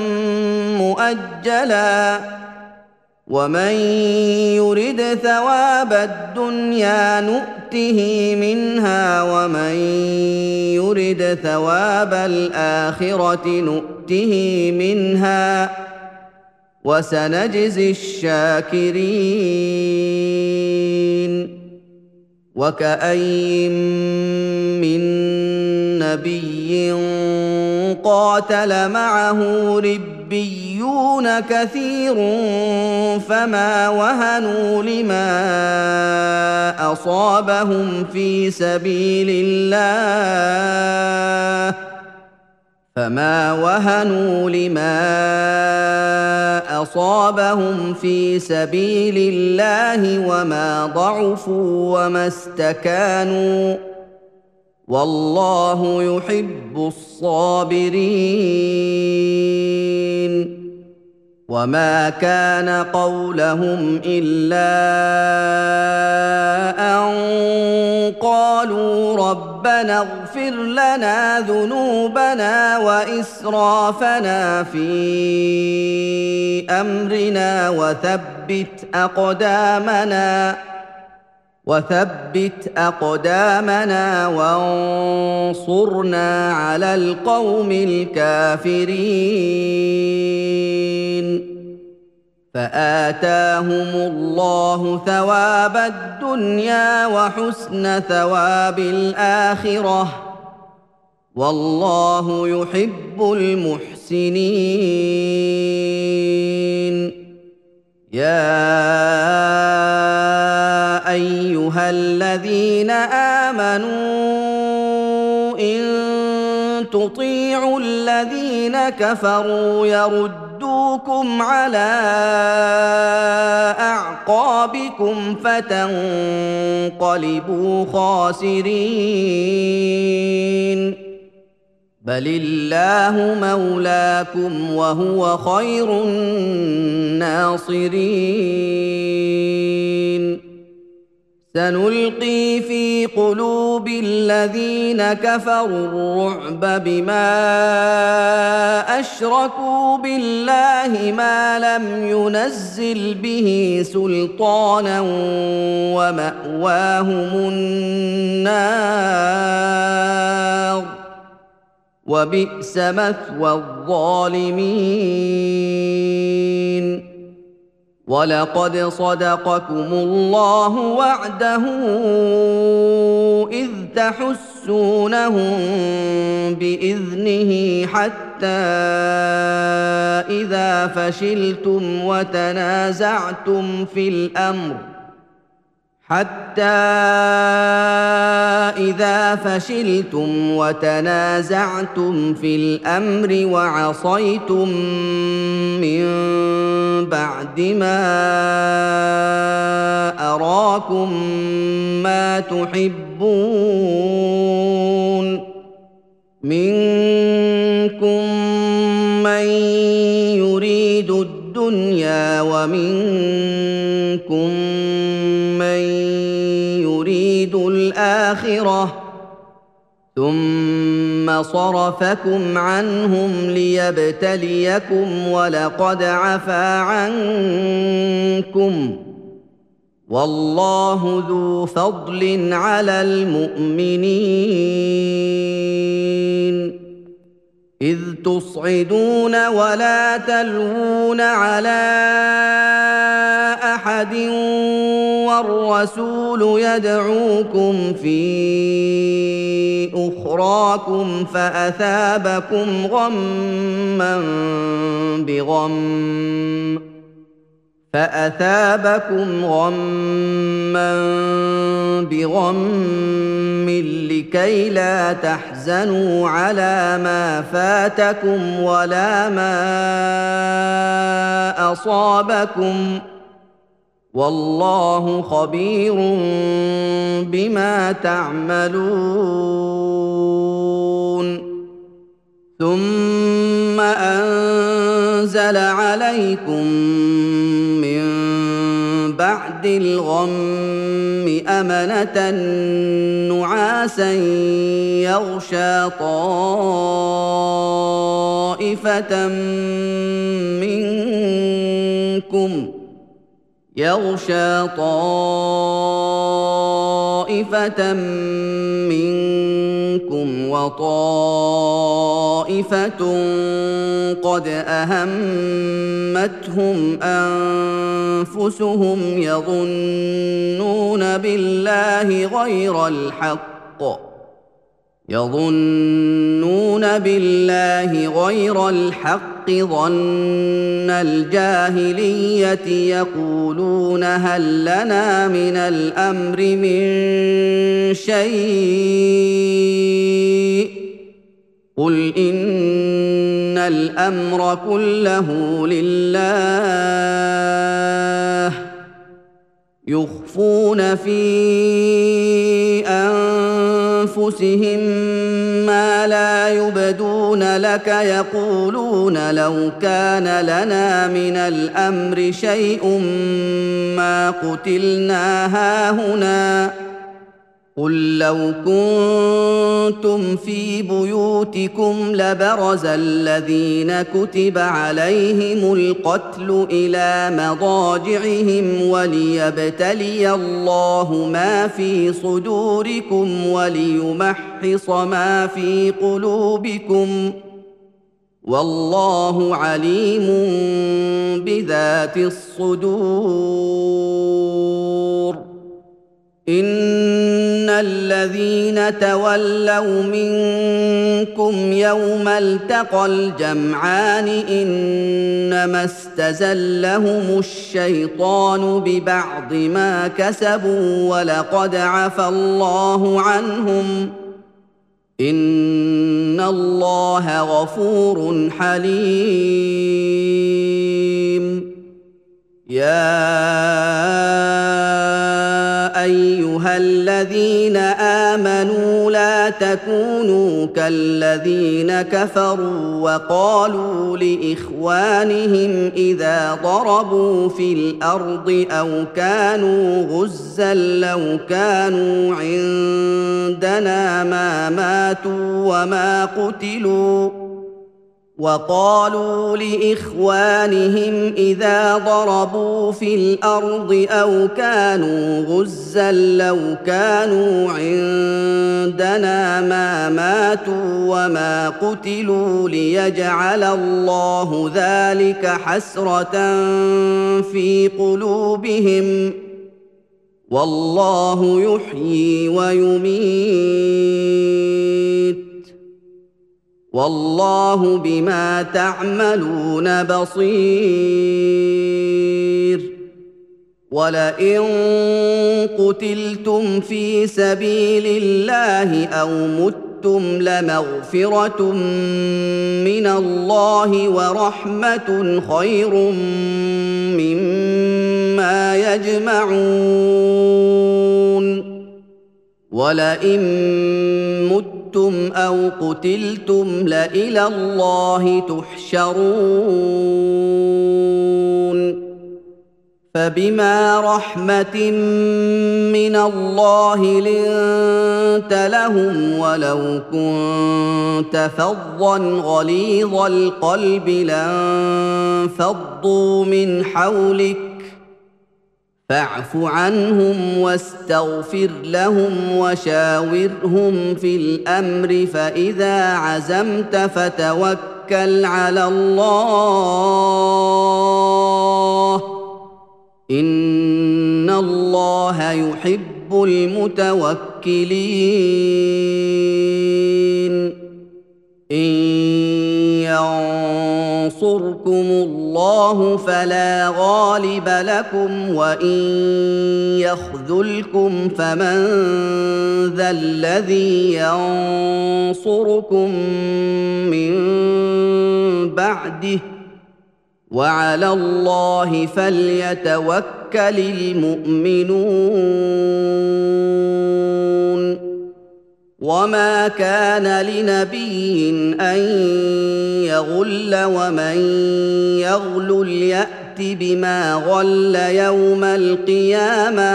S1: مؤجلا ومن يرد ثواب الدنيا نؤته منها ومن يرد ثواب الآخرة نؤته منها وسنجزي الشاكرين وكأين من نبي قاتل معه ربيون كثير فما وهنوا لما أصابهم في سبيل الله فما وهنوا لما أصابهم في سبيل الله وما ضعفوا وما استكانوا والله يحب الصابرين وما كان قولهم إلا أن قالوا ربنا اغفر لنا ذنوبنا وإسرافنا في أمرنا وثبت أقدامنا وثبت أقدامنا وانصرنا على القوم الكافرين فآتاهم الله ثواب الدنيا وحسن ثواب الآخرة والله يحب المحسنين يا أيها الذين آمنوا إن تطيعوا الذين كفروا يردوكم على أعقابكم فتنقلبوا خاسرين بل الله مولاكم وهو خير الناصرين سنلقي في قلوب الذين كفروا الرعب بما أشركوا بالله ما لم ينزل به سلطانا ومأواهم النار وبئس مثوى الظالمين ولقد صدقكم الله وعده إذ تحسونهم بإذنه حتى إذا فشلتم وتنازعتم في الأمر حتى إذا فشلتم وتنازعتم في الأمر وعصيتم من بعد ما أراكم ما تحبون منكم من يريد الدنيا ومنكم من يريد الآخرة ثم صرفكم عنهم ليبتليكم ولقد عفا عنكم والله ذو فضل على المؤمنين إذ تصعدون ولا تلوون على أحد والرسول يدعوكم في أخراكم فأثابكم غما بغم فأثابكم غما بغم لكي لا تحزنوا على ما فاتكم ولا ما أصابكم والله خبير بما تعملون ثم أنزل عليكم من بعد الغم أمنة نعاسا يغشى طائفة منكم يغشى طائفة منكم وطائفة قد أهمتهم أنفسهم يظنون بالله غير الحق يظنون بالله غير الحق ظن الجاهلية يقولون هل لنا من الأمر من شيء قل إن الأمر كله لله يخفون في أنفسهم أنفسهم ما لا يبدون لك يقولون لو كان لنا من الأمر شيء ما قتلنا هاهنا قل لو كنتم في بيوتكم لبرز الذين كتب عليهم القتل إلى مضاجعهم وليبتلي الله ما في صدوركم وليمحص ما في قلوبكم والله عليم بذات الصدور إن الذين تولوا منكم يوم التقى الجمعان إنما استزلهم الشيطان ببعض ما كسبوا ولقد عفى الله عنهم إن الله غفور حليم يا أيها الذين آمنوا لا تكونوا كالذين كفروا وقالوا لإخوانهم إذا ضربوا في الأرض أو كانوا غزا لو كانوا عندنا ما ماتوا وما قتلوا وقالوا لإخوانهم إذا ضربوا في الأرض أو كانوا غزا لو كانوا عندنا ما ماتوا وما قتلوا ليجعل الله ذلك حسرة في قلوبهم والله يحيي ويميت والله بما تعملون بصير ولئن قتلتم في سبيل الله أو متم لمغفرة من الله ورحمة خير مما يجمعون ولئن متم أو قتلتم لإلى الله تحشرون فبما رحمة من الله لنت لهم ولو كنت فظا غليظ القلب لانفضوا من حولك فاعف عنهم واستغفر لهم وشاورهم في الأمر فإذا عزمت فتوكل على الله إن الله يحب المتوكلين إن ينصركم الله فلا غالب لكم وإن يخذلكم فمن ذا الذي ينصركم من بعده وعلى الله فليتوكل المؤمنون وما كان لنبي أن يغل ومن يغل يأت بما غل يوم القيامة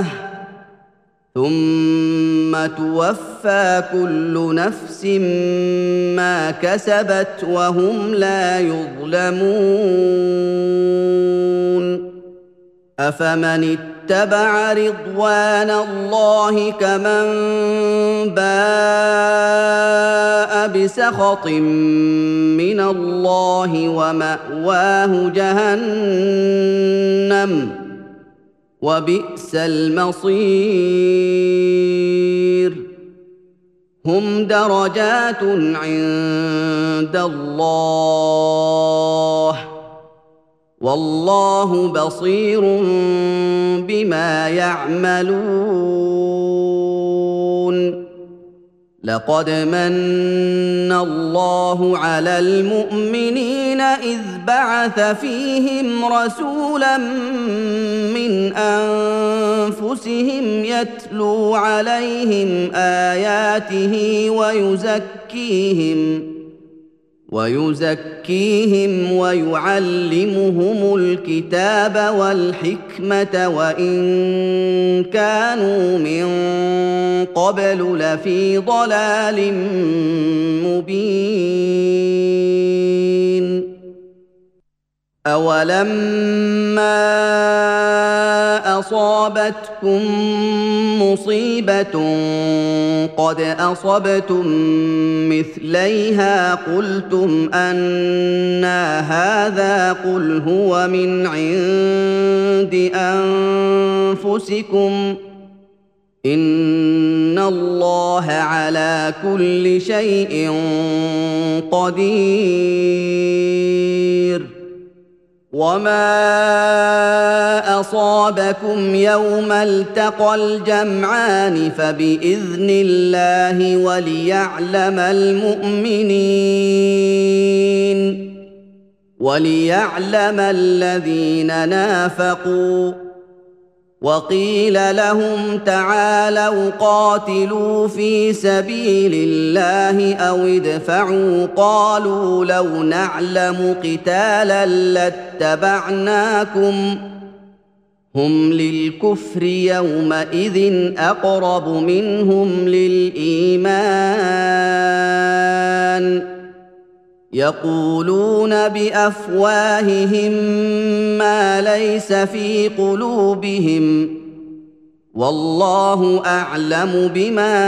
S1: ثم توفى كل نفس ما كسبت وهم لا يظلمون أفمن اتبع رضوان الله كمن باء بسخط من الله ومأواه جهنم وبئس المصير هم درجات عند الله والله بصير بما يعملون لقد من الله على المؤمنين إذ بعث فيهم رسولا من أنفسهم يتلو عليهم آياته ويزكيهم ويزكيهم ويعلمهم الكتاب والحكمة وإن كانوا من قبل لفي ضلال مبين أولما أصابتكم مصيبة قد أصبتم مثليها قلتم أنى هذا قل هو من عند أنفسكم إن الله على كل شيء قدير وما أصابكم يوم التقى الجمعان فبإذن الله وليعلم المؤمنين وليعلم الذين نافقوا وقيل لهم تعالوا قاتلوا في سبيل الله أو ادفعوا قالوا لو نعلم قتالا لاتبعناكم هم للكفر يومئذ أقرب منهم للإيمان يقولون بأفواههم ما ليس في قلوبهم والله أعلم بما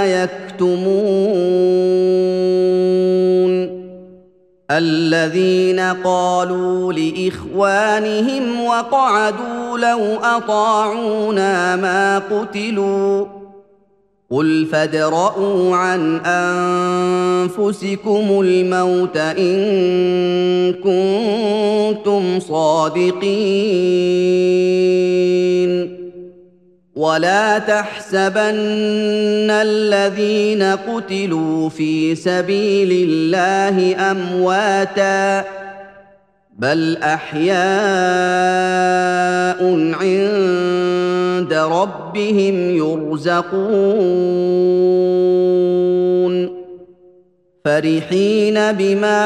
S1: يكتمون الذين قالوا لإخوانهم وقعدوا لو أطاعونا ما قتلوا قل فادرءوا عن أنفسكم الموت إن كنتم صادقين ولا تحسبن الذين قتلوا في سبيل الله أمواتاً بل أحياء عند ربهم يرزقون فرحين بما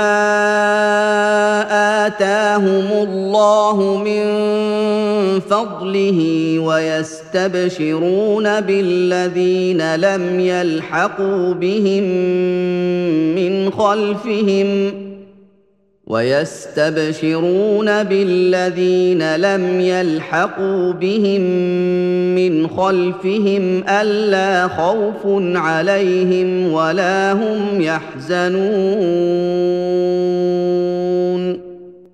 S1: آتاهم الله من فضله ويستبشرون بالذين لم يلحقوا بهم من خلفهم ويستبشرون بالذين لم يلحقوا بهم من خلفهم ألا خوف عليهم ولا هم يحزنون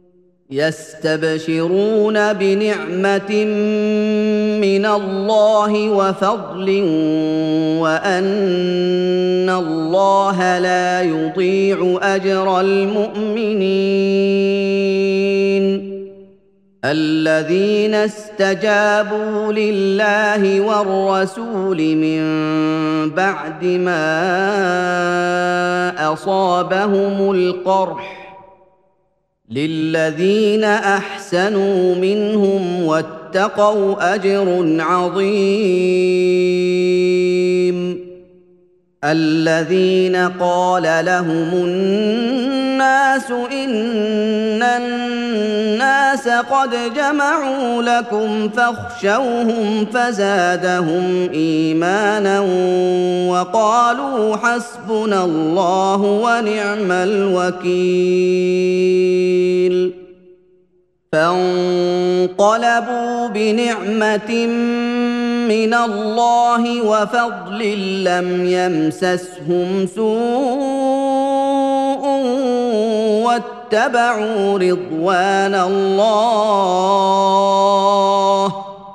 S1: يستبشرون بنعمة من الله وفضل وأن الله لا يضيع أجر المؤمنين الذين استجابوا لله والرسول من بعد ما أصابهم القرح للذين أحسنوا منهم واتقوا أجر عظيم الذين قال لهم الناس إن الناس قد جمعوا لكم فاخشوهم فزادهم إيمانا وقالوا حسبنا الله ونعم الوكيل فانقلبوا بنعمة من الله وفضل لم يمسسهم سوء واتبعوا رضوان الله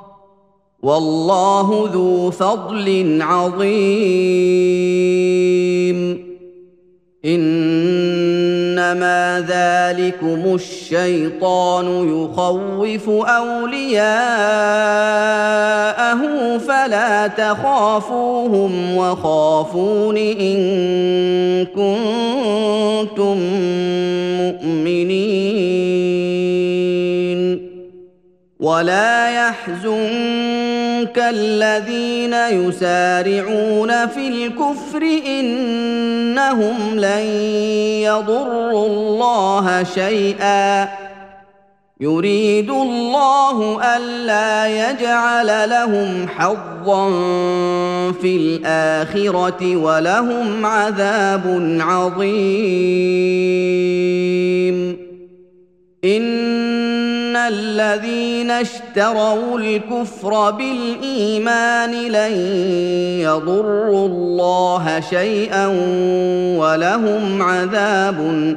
S1: والله ذو فضل عظيم إنما إنما ذلكم الشيطان يخوف أولياءه فلا تخافوهم وخافون إن كنتم مؤمنين ولا يحزنك الذين يسارعون في الكفر إنهم لن يضروا الله شيئا يريد الله ألا يجعل لهم حظا في الآخرة ولهم عذاب عظيم إن الذين اشتروا الكفر بالإيمان لن يضروا الله شيئا ولهم عذاب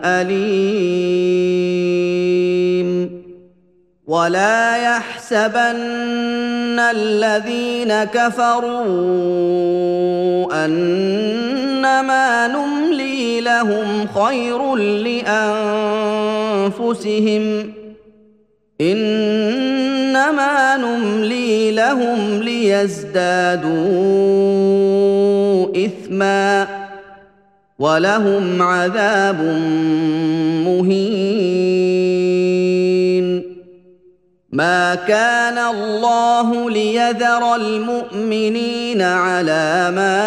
S1: أليم ولا يحسبن الذين كفروا أنما نملي لهم خير لأنفسهم إنما نملي لهم ليزدادوا إثما ولهم عذاب مهين ما كان الله ليذر المؤمنين على ما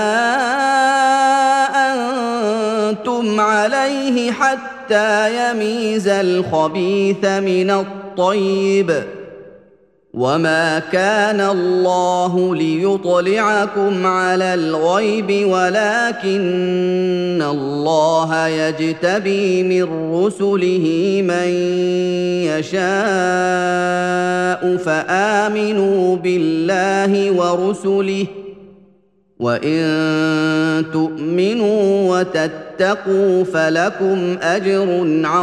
S1: أنتم عليه حتى يميز الخبيث من الطيب وما كان الله ليطلعكم على الغيب ولكن الله يجتبي من رسله من يشاء فآمنوا بالله ورسله وإن تؤمنوا وتتقوا فلكم أجر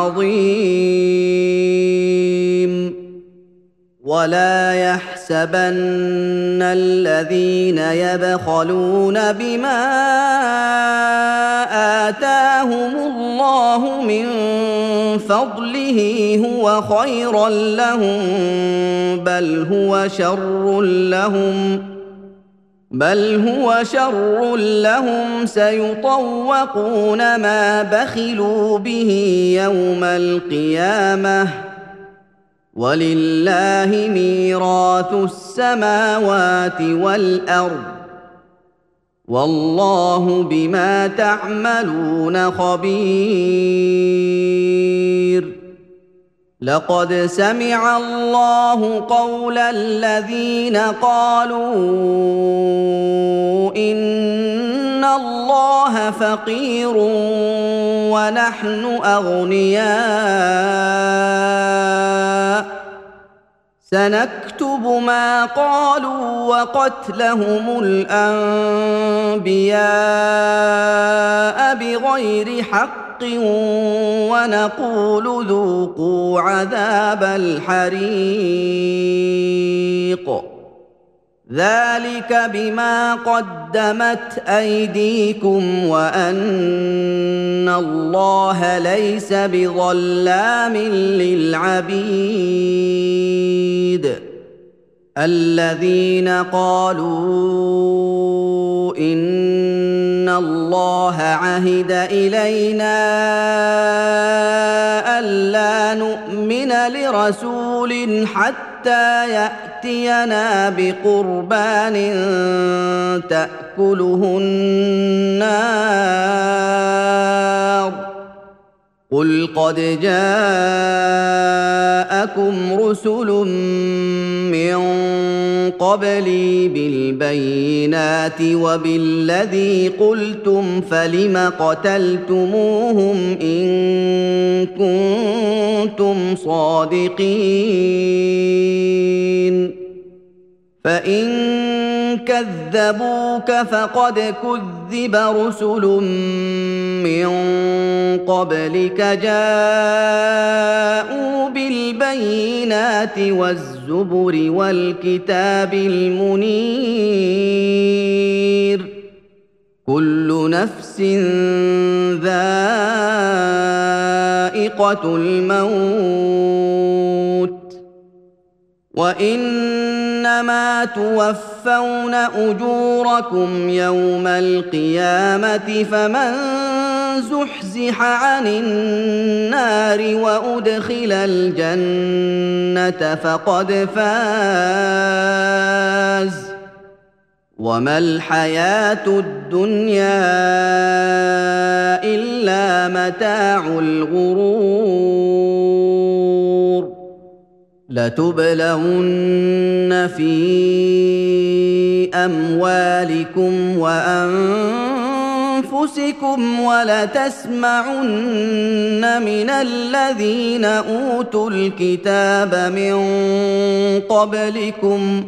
S1: عظيم ولا يحسبن الذين يبخلون بما آتاهم الله من فضله هو خيرا لهم بل هو شر لهم بل هو شر لهم سيطوقون ما بخلوا به يوم القيامة ولله ميراث السماوات والأرض والله بما تعملون خبير لقد سمع الله قول الذين قالوا إن الله فقير ونحن أغنياء سنكتب ما قالوا وقتلهم الأنبياء بغير حق ونقول ذوقوا عذاب الحريق ذلك بما قدمت أيديكم وأن الله ليس بظلام للعبيد الذين قالوا إن الله عهد إلينا ألا نؤمن لرسول حتى يأتينا بقربان تأكله النار قل قد جاءكم رسل من قبلي بالبينات وبالذي قلتم فلم قتلتموهم إن كنتم صادقين فإن كذبوك فقد كذب رسل من قبلك جاءوا بالبينات والزبر والكتاب المنير كل نفس ذائقة سَائِقَةٌ الْمَوْتِ وَإِنَّمَا تُوَفَّوْنَ أُجُورَكُمْ يَوْمَ الْقِيَامَةِ فَمَن زُحْزِحَ عَنِ النَّارِ وَأُدْخِلَ الْجَنَّةَ فَقَدْ فَازَ وَمَا الْحَيَاةُ الدُّنْيَا إِلَّا مَتَاعُ الْغُرُورِ لَتُبْلَوُنَّ فِي أَمْوَالِكُمْ وَأَنفُسِكُمْ وَلَتَسْمَعُنَّ مِنَ الَّذِينَ أُوتُوا الْكِتَابَ مِن قَبْلِكُمْ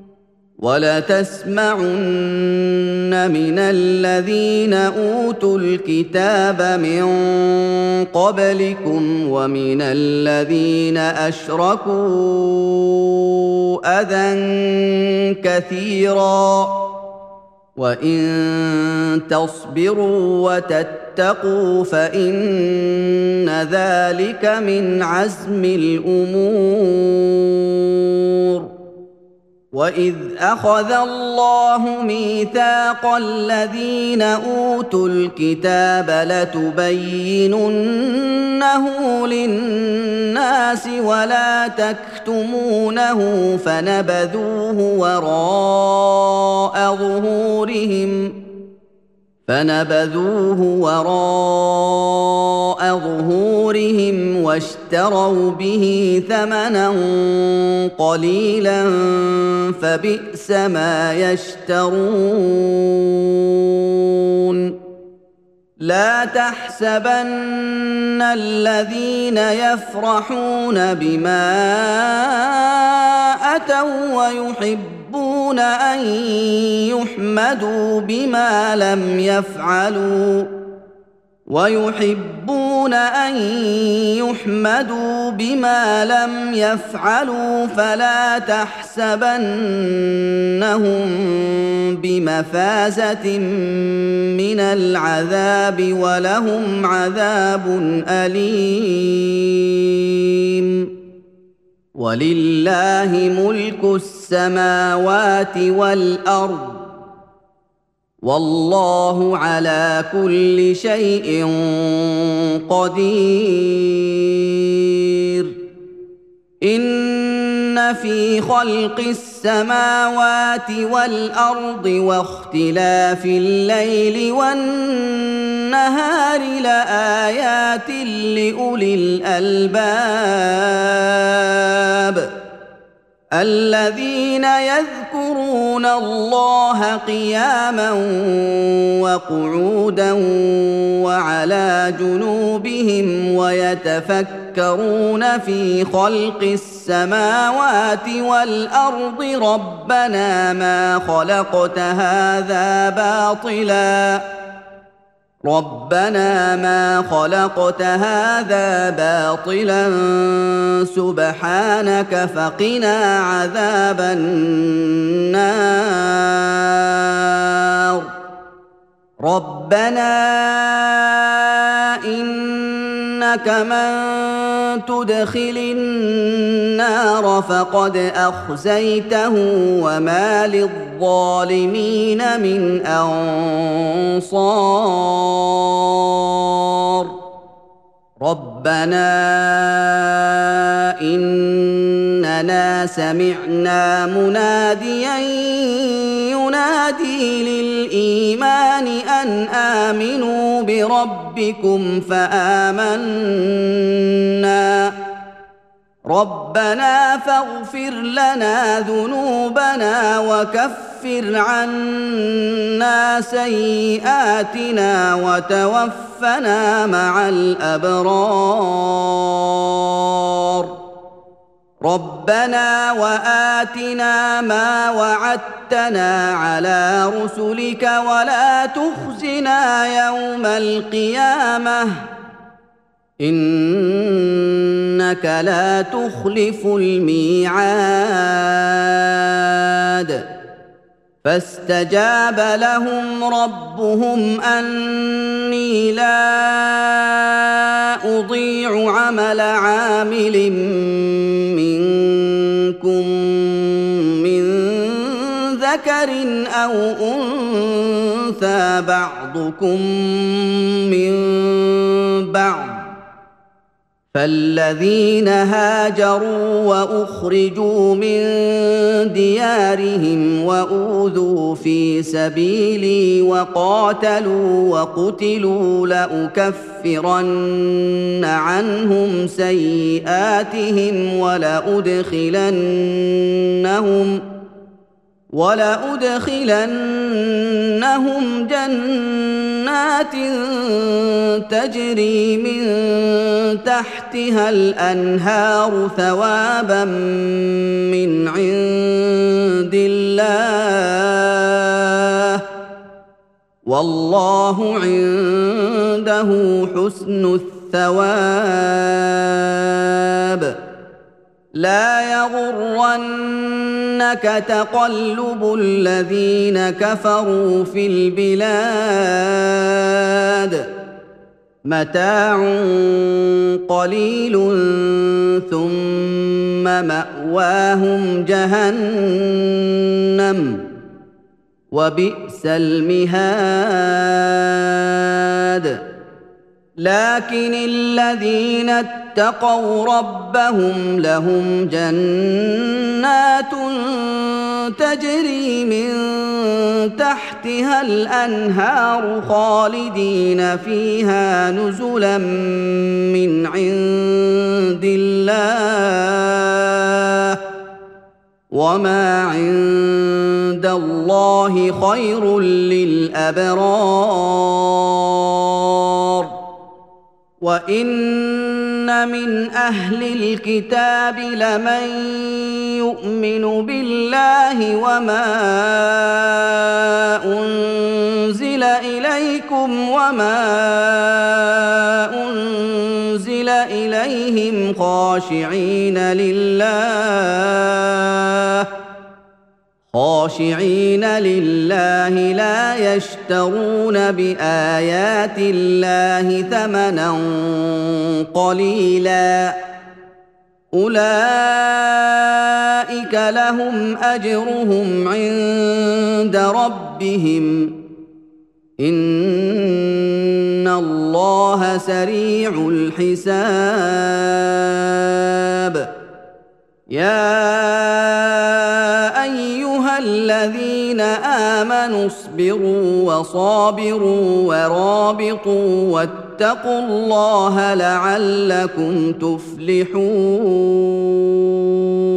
S1: وَلَتَسْمَعُنَّ مِنَ الَّذِينَ أُوتُوا الْكِتَابَ مِن قَبْلِكُمْ وَمِنَ الَّذِينَ أَشْرَكُوا أَذًى كَثِيرًا وَإِن تَصْبِرُوا وَتَتَّقُوا فَإِنَّ ذَلِكَ مِنْ عَزْمِ الْأُمُورِ وَإِذْ أَخَذَ اللَّهُ مِيثَاقَ الَّذِينَ أُوتُوا الْكِتَابَ لَتُبَيِّنُنَّهُ لِلنَّاسِ وَلَا تَكْتُمُونَهُ فَنَبَذُوهُ وَرَاءَ ظُهُورِهِمْ فَنَبَذُوهُ وَرَاءَ ظُهُورِهِمْ وَاشْتَرَوْا بِهِ ثَمَنًا قَلِيلًا فَبِئْسَ مَا يَشْتَرُونَ لَا تَحْسَبَنَّ الَّذِينَ يَفْرَحُونَ بِمَا أَتَوا وَّيُحِبُّونَ أَن يُحْمَدُوا بِمَا لَمْ يَفْعَلُوا وَيُحِبُّونَ أَن يُحْمَدُوا بِمَا لَمْ يَفْعَلُوا فَلَا تَحْسَبَنَّهُم بِمَفَازَةٍ مِّنَ الْعَذَابِ وَلَهُمْ عَذَابٌ أَلِيمٌ وَلِلَّهِ مُلْكُ السَّمَاوَاتِ وَالْأَرْضِ وَاللَّهُ عَلَى كُلِّ شَيْءٍ قَدِيرٌ إِنَّ فِي خَلْقِ السَّمَاوَاتِ وَالْأَرْضِ وَاخْتِلَافِ اللَّيْلِ وَالنَّهَارِ لَآيَاتٍ لِّأُولِي الْأَلْبَابِ الَّذِينَ يَذْكُرُونَ اللَّهَ قِيَامًا وَقُعُودًا وَعَلَىٰ جُنُوبِهِمْ وَيَتَفَكَّرُونَ فِي خَلْقِ السَّمَاوَاتِ وَالْأَرْضِ رَبَّنَا مَا خَلَقْتَ هَٰذَا بَاطِلًا رَبَّنَا مَا خَلَقْتَ هَٰذَا بَاطِلًا سُبْحَانَكَ فَقِنَا عَذَابَ النَّارِ رَبَّنَا إِنَّكَ مَن تُدْخِلِ النَّارَ فَقَدْ أَخْزَيْتَهُ وَمَا لِلظَّالِمِينَ مِنْ أَنصَارٍ رَبَّنَا إِنَّنَا سَمِعْنَا مُنَادِيًا يُنَادِي لِلْإِيمَانِ أَنْ آمِنُوا بِرَبِّكُمْ فَآمَنَّا رَبَّنَا فَاغْفِرْ لَنَا ذُنُوبَنَا وَكَفِّرْ عَنَّا سَيِّئَاتِنَا وَتَوَفَّنَا مَعَ الْأَبْرَارِ رَبَّنَا وَآتِنَا مَا وَعَدتَّنَا عَلَىٰ رُسُلِكَ وَلَا تُخْزِنَا يَوْمَ الْقِيَامَةِ إِنَّكَ لَا تُخْلِفُ الْمِيعَادَ فَاسْتَجَابَ لَهُمْ رَبُّهُمْ أَنِّي لَا أضيع عمل عامل منكم من ذكر أو أنثى بعضكم من بعض، فالذين هاجروا وأخرجوا من ديارهم وأوذوا في سبيلي وقاتلوا وقتلوا لأكفرن عنهم سيئاتهم ولأدخلنهم ولأدخلنهم جنات تجري من تحتها الأنهار ثوابا من عند الله، والله عنده حسن الثواب. لا يغرنك تقلب الذين كفروا في البلاد، متاع قليل ثم مأواهم جهنم وبئس المهاد. لكن الذين اتقوا ربهم لهم جنات تجري من تحتها الأنهار خالدين فيها نزلا من عند الله، وما عند الله خير للأبرار. وإن من أهل الكتاب لمن يؤمن بالله وما أنزل إليكم وما أنزل إليهم خاشعين لله خاشعين لله لا يشترون بآيات الله ثمنا قليلا، أولئك لهم أجرهم عند ربهم إن الله سريع الحساب. يا أيها الذين آمنوا اصبروا وصابروا ورابطوا واتقوا الله لعلكم تفلحون.